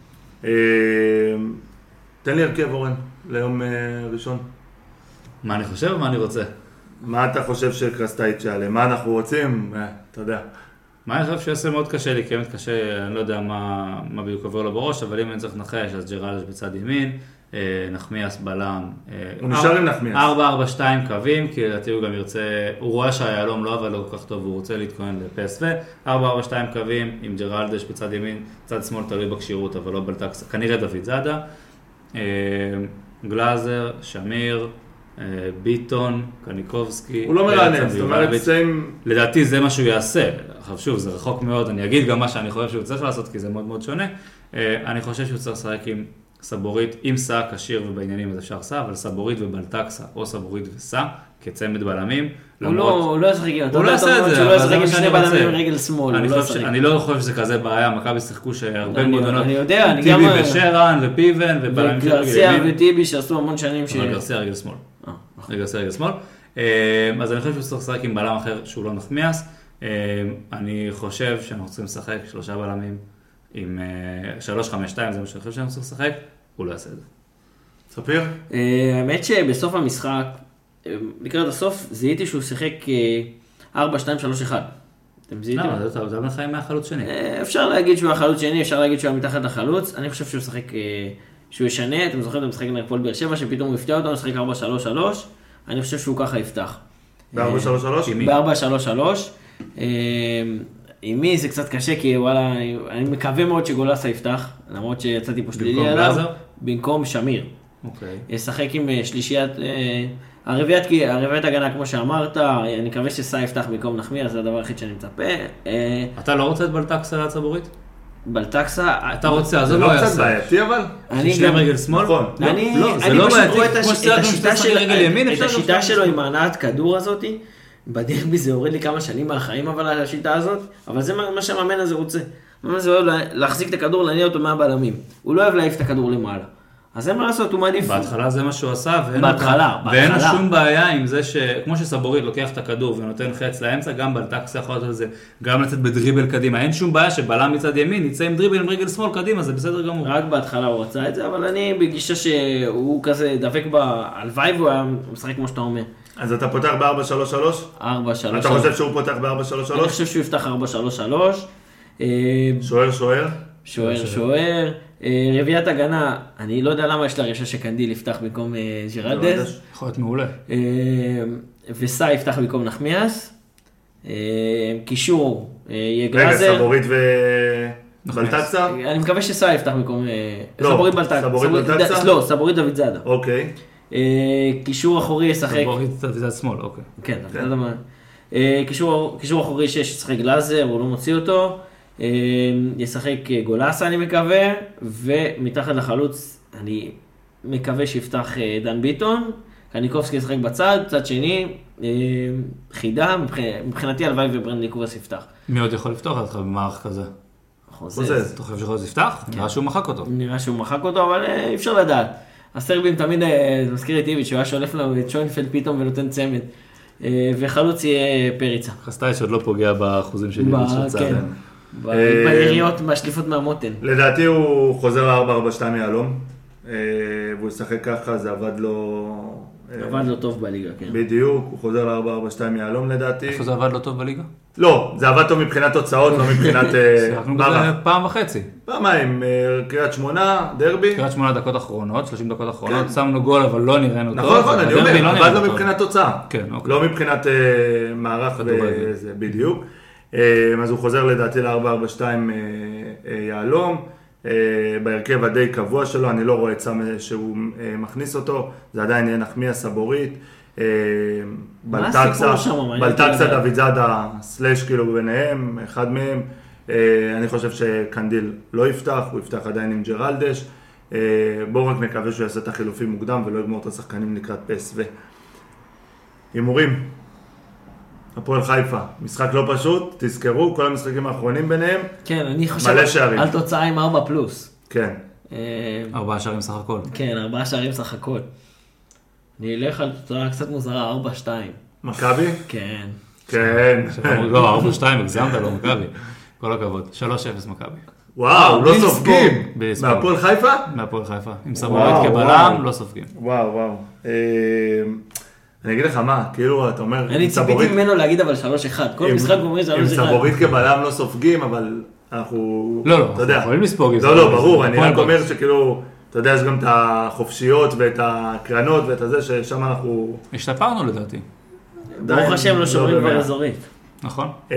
תן לי הרכב אורן, ליום ראשון. מה אני חושב ומה אני רוצה? מה אתה חושב שקרסטייץ' יעלה? מה אנחנו רוצים? אתה יודע. מה אני חושב שיעשה מאוד קשה לי, כי באמת קשה, אני לא יודע מה, מה בדיוק עובר לו בראש, אבל אם אני צריך לנחש, אז ג'רלדש בצד ימין, נחמיאס בלם. הוא נשאר עם נחמיאס. ארבע ארבע שתיים קווים, כי לדעתי הוא גם ירצה, הוא רואה שהיהלום לא עבד לא כל כך טוב, הוא רוצה להתכונן לפס ו. ארבע ארבע שתיים קווים, עם ג'רלדש בצד ימין, צד שמאל תלוי בקשירות, אבל לא בלטקסה, כנראה דוד זאדה. גלאזר, שמיר, ביטון, קניקובסקי. הוא לא מרענן, זאת אומרת סיים... לדעתי זה מה שהוא יעשה. עכשיו שוב, זה רחוק מאוד, אני אגיד גם מה שאני חושב שהוא צריך לעשות, כי זה מאוד מאוד שונה. אני חושב שהוא צריך לשחק עם סבורית, עם סע, קשיר ובעניינים אז אפשר סע, אבל סבורית ובלטקסה, או סבורית וסע, כצמד בלמים. הוא לא ישחק עם... הוא לא יעשה את זה, הוא לא ישחק עם שני בלמים עם רגל שמאל. אני לא חושב שזה כזה בעיה, מכבי שיחקו שהרבה מועדונות, טיבי ושרן ופיבן ובלמים של רגל ימין. גרסיה וטיבי שעשו המון שנים ש... אבל גרסיה רגל שמאל. גרסיה רגל שמאל. אז אני חושב שהוא צריך לשחק עם בלם אחר שהוא לא נחמיאס. אני חושב שאנחנו צריכים לשחק שלושה בלמים עם שלוש חמש שתיים, זה מה שאני חושב שאנחנו צריכים לשחק, הוא לא יעשה את זה. ספיר? האמת שבסוף המשחק, לקראת הסוף, זיהיתי שהוא שיחק ארבע שתיים שלוש אחת. אתם זיהיתם? לא, זה היה מחיים מהחלוץ שני. אפשר להגיד שהוא החלוץ שני, אפשר להגיד שהוא מתחת לחלוץ. אני חושב שהוא שחק, שהוא ישנה, אתם זוכרים את המשחק נגד הפועל באר שבע, שפתאום הוא יפתיע אותו, הוא שחק ארבע שלוש שלוש. אני חושב שהוא ככה יפתח. ב-ארבע שלוש שלוש? ב-ארבע שלוש שלוש. עם מי זה קצת קשה, כי וואלה, אני מקווה מאוד שגולסה יפתח, למרות שיצאתי פה שלילי עליו, במקום שמיר. אוקיי. ישחק עם שלישיית, הרביעיית הגנה כמו שאמרת, אני מקווה שסע יפתח במקום נחמיאס, זה הדבר היחיד שאני מצפה. אתה לא רוצה את בלטקסה ליד סבורית? בלטקסה... אתה רוצה, אז הוא לא זה לא יעשה. קצת בעייתי אבל? ששלם רגל שמאל? נכון. אני פשוט רואה את השיטה שלו עם ההנעת כדור הזאת, בדרבי זה הוריד לי כמה שנים מהחיים אבל על השיטה הזאת, אבל זה מה שהמאמן הזה רוצה. המאמן הזה אוהב להחזיק את הכדור, להניע אותו מהבלמים. הוא לא אוהב להעיף את הכדור למעלה. אז זה מה לעשות, הוא מעדיף. בהתחלה זה מה שהוא עשה, בהתחלה, ואין לו שום בעיה עם זה שכמו שסבורית לוקח את הכדור ונותן חץ לאמצע, גם בלטקסה יכול לעשות את זה, גם לצאת בדריבל קדימה. אין שום בעיה שבלם מצד ימין יצא עם דריבל עם רגל שמאל קדימה, זה בסדר גמור. רק בהתחלה הוא רצה את זה, אבל אני בגישה שהוא כזה דבק בהלוואי והוא היה משחק כמו שאתה אומר. אז אתה פותח ב-ארבע שלוש שלוש? ארבע שלוש שלוש. אתה חושב שהוא פותח ב-ארבע שלוש שלוש? אני חושב שהוא יפתח ארבע שלוש שלוש. שוער, שוער? שוער, שוער. רביעיית הגנה, אני לא יודע למה יש לה רשע שקנדיל יפתח במקום ג'רלדש. יכול להיות מעולה. וסע יפתח במקום נחמיאס. קישור, יהיה גלאזר. רגע, סבורית ובלטקסה? אני מקווה שסע יפתח במקום... לא, סבורית בלטקסה. סבורית בלטקסה? לא, סבורית דוד זאדה. אוקיי. קישור אחורי ישחק... סבורית דוד שמאל, אוקיי. כן, אתה יודע מה. קישור אחורי שיש ישחק גלאזר, הוא לא מוציא אותו. ישחק גולסה אני מקווה, ומתחת לחלוץ אני מקווה שיפתח דן ביטון, קניקובסקי ישחק בצד, צד שני, חידה, מבחינתי הלוואי וברנדלי קובס יפתח. מי עוד יכול לפתוח אותך במערך כזה? חוזז. אתה חושב שחוזז יפתח? נראה שהוא מחק אותו. נראה שהוא מחק אותו, אבל אי אפשר לדעת. הסרבים תמיד, זה מזכיר את איביץ', שהוא היה שולף לנו את שוינפלד פתאום ונותן צמד. אה, וחלוץ יהיה פריצה. חסטאי שעוד לא פוגע באחוזים שלי. ב- כן. ב- ביריות, בשליפות מהמותן. לדעתי הוא חוזר ל-ארבע ארבע שתיים יהלום, אה, והוא ישחק ככה, זה עבד לו... אה, עבד לו טוב בליגה, כן. בדיוק, הוא חוזר ל-ארבע ארבע שתיים יהלום לדעתי. איפה זה עבד לא טוב בליגה? לא, זה עבד טוב מבחינת תוצאות, לא מבחינת... אה, שיחקנו מערך. בזה פעם וחצי. פעמיים, אה, קריית שמונה, דרבי. קריית שמונה דקות אחרונות, שלושים דקות אחרונות, שמנו גול אבל לא נראינו טוב. נכון, נכון, אני ובדרבי אומר, לא עבד נראינו לו טוב. מבחינת תוצאה. כן, אוקיי. לא מבחינת אה, מערך כדורגל. וזה, בדיוק. אה, אז הוא חוזר לדעתי ל-ארבע ארבע שתיים אה, אה, יהלום. אה, בהרכב הדי קבוע שלו, אני לא רואה את סם שהוא אה, מכניס אותו, זה עדיין יהיה נחמיה סבורית. אה, בלטקסה, הסיפור שם? מעניין בלטקסה אותי דוד זאדה, סלש כאילו ביניהם, אחד מהם. אה, אני חושב שקנדיל לא יפתח, הוא יפתח עדיין עם ג'רלדש. אה, בואו רק נקווה שהוא יעשה את החילופים מוקדם ולא יגמור את השחקנים לקראת פס ו... הימורים. הפועל חיפה, משחק לא פשוט, תזכרו, כל המשחקים האחרונים ביניהם, כן, אני חושב מלא שערים. על תוצאה עם ארבע פלוס. כן. אה, ארבעה שערים סך הכל. כן, ארבעה שערים סך הכל. אני אלך על תוצאה קצת מוזרה, ארבע שתיים. מכבי? כן. כן. לא, ארבע שתיים, הגזמת לו מכבי. כל הכבוד. שלוש אפס מכבי. וואו, לא בלי סופגים. בלי לספוג. מהפועל חיפה? מהפועל חיפה. עם וואו, סבורית כבלם, וואו. לא סופגים. וואו, וואו. אה, אני אגיד לך מה, כאילו, אתה אומר, אני עם ציפיתי סבורית- ממנו להגיד אבל שלוש אחד. כל עם- משחק אומרים עם שלוש אחד. סבורית כבלם לא סופגים, אבל אנחנו... לא, לא, אתה אנחנו יודע. יכולים לספוג עם לא, לא, סבורית. ברור, אני הפועל רק אומר בוקס. שכאילו, אתה יודע, יש גם את החופשיות ואת הקרנות ואת הזה, ששם אנחנו... השתפרנו לדעתי. ברוך עדיין השם לא שומרים כבר במאה. אזורית. נכון? אה,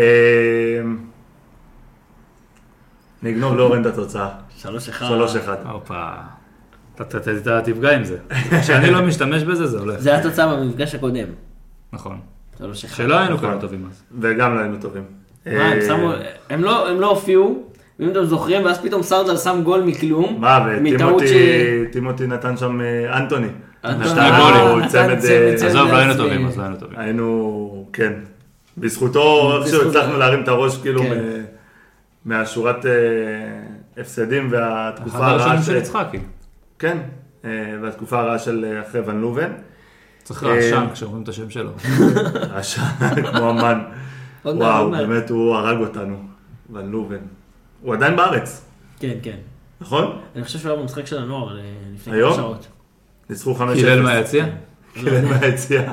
נגנוב לאורן את התוצאה, שלוש אחד. שלוש אחד. הופה. אתה- אתה אתה תפגע עם זה. כשאני לא משתמש בזה, זה הולך. זה התוצאה במפגש הקודם. נכון. שלוש אחד. שלא היינו כאלה טובים אז. וגם לא היינו טובים. מה, הם אה, שמו, הם לא, הם לא הופיעו, ואם אתם זוכרים, ואז פתאום סרדל שם גול מכלום. מה, מטעות ש... וטימותי נתן שם אה, אנטוני. אנטוני, שני אה, גולים, נתן צמד, צמד, אה, צמד. עזוב, לא היינו אז, טובים, אה, אז לא היינו טובים. היינו, כן. בזכותו, איכשהו בזכותו. הצלחנו להרים את הראש כאילו כן. מ- מהשורת אה, הפסדים והתקופה אחד הרעה הראשונים של של... יצחקי. כן, אה, והתקופה הרעה של אה, אחרי ון לובן. צריך אה, רעשן כשאומרים את השם שלו. רשע, כמו אמן. עוד מעט, וואו, עוד מעט. באמת הוא הרג אותנו. ון לובן. הוא עדיין בארץ, כן, כן. נכון? אני חושב שהוא היה במשחק של הנוער אה, לפני היום? כמה שעות. ניצחו חמש אפס. קילל מהיציע? קילל מהיציע.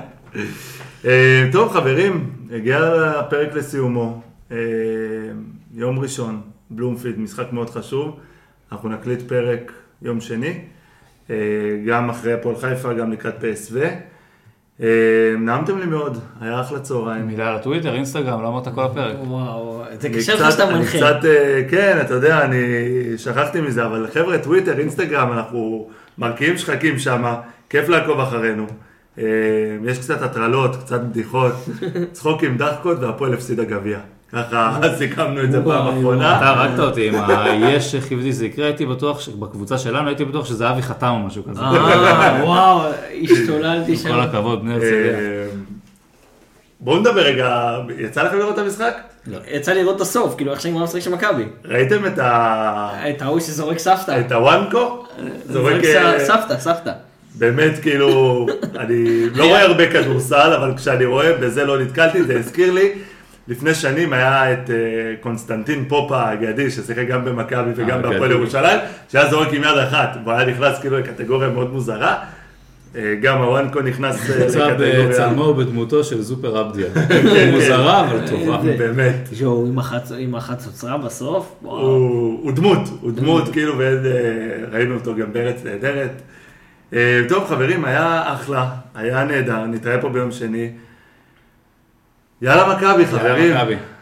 אה, טוב חברים, הגיע הפרק לסיומו. אה, יום ראשון, בלומפילד, משחק מאוד חשוב. אנחנו נקליט פרק יום שני. אה, גם אחרי הפועל חיפה, גם לקראת פי אס וי. אה, נעמתם לי מאוד, היה אחלה צהריים. מילה על הטוויטר, אינסטגרם, לא אמרת כל הפרק. וואו, זה אני קשה לך קצת- שאתה אני מנחה. קצת, אה, כן, אתה יודע, אני שכחתי מזה, אבל חבר'ה, טוויטר, אינסטגרם, אנחנו מרקיעים שחקים שם, כיף לעקוב אחרינו. אה, יש קצת הטרלות, קצת בדיחות, צחוקים, דחקות, והפועל הפסיד הגביע. ככה סיכמנו את זה פעם וואי, אחרונה. אתה הרגת אותי עם ה-יש שחיוויתי זה יקרה, הייתי בטוח שבקבוצה שלנו הייתי בטוח שזה אבי חתם או משהו כזה. אה, וואו, השתוללתי שם. כל הכבוד, בני הרצליה. אה, בואו נדבר רגע, יצא לכם לראות את המשחק? יצא לראות את הסוף, כאילו איך שנגמר המשחק של מכבי. ראיתם את ה... את ההוא שזורק סבתא. את הוואנקו? זורק... זורק אה, ס- סבתא, סבתא. באמת, כאילו, אני לא רואה הרבה כדורסל, אבל כשאני רואה, בזה לא נתקלתי, זה הזכיר לי. לפני שנים היה את uh, קונסטנטין פופה האגדי, ששיחק גם במכבי וגם האגדי. בהפועל ירושלים, שהיה זורק עם יד אחת, והוא היה נכנס כאילו לקטגוריה מאוד מוזרה. Uh, גם הוואנקו נכנס uh, יצא לקטגוריה, בצלמו ובדמותו של זופר עבדיה. מוזרה אבל טובה. זה- באמת. שהוא עם החצ- עם החצוצרה בסוף. וואו. הוא, הוא דמות, הוא דמות, כאילו, וראינו אותו גם בארץ נהדרת. אה, טוב, חברים, היה אחלה, היה נהדר, נתראה פה ביום שני. יאללה מכבי, חברים. מכבי.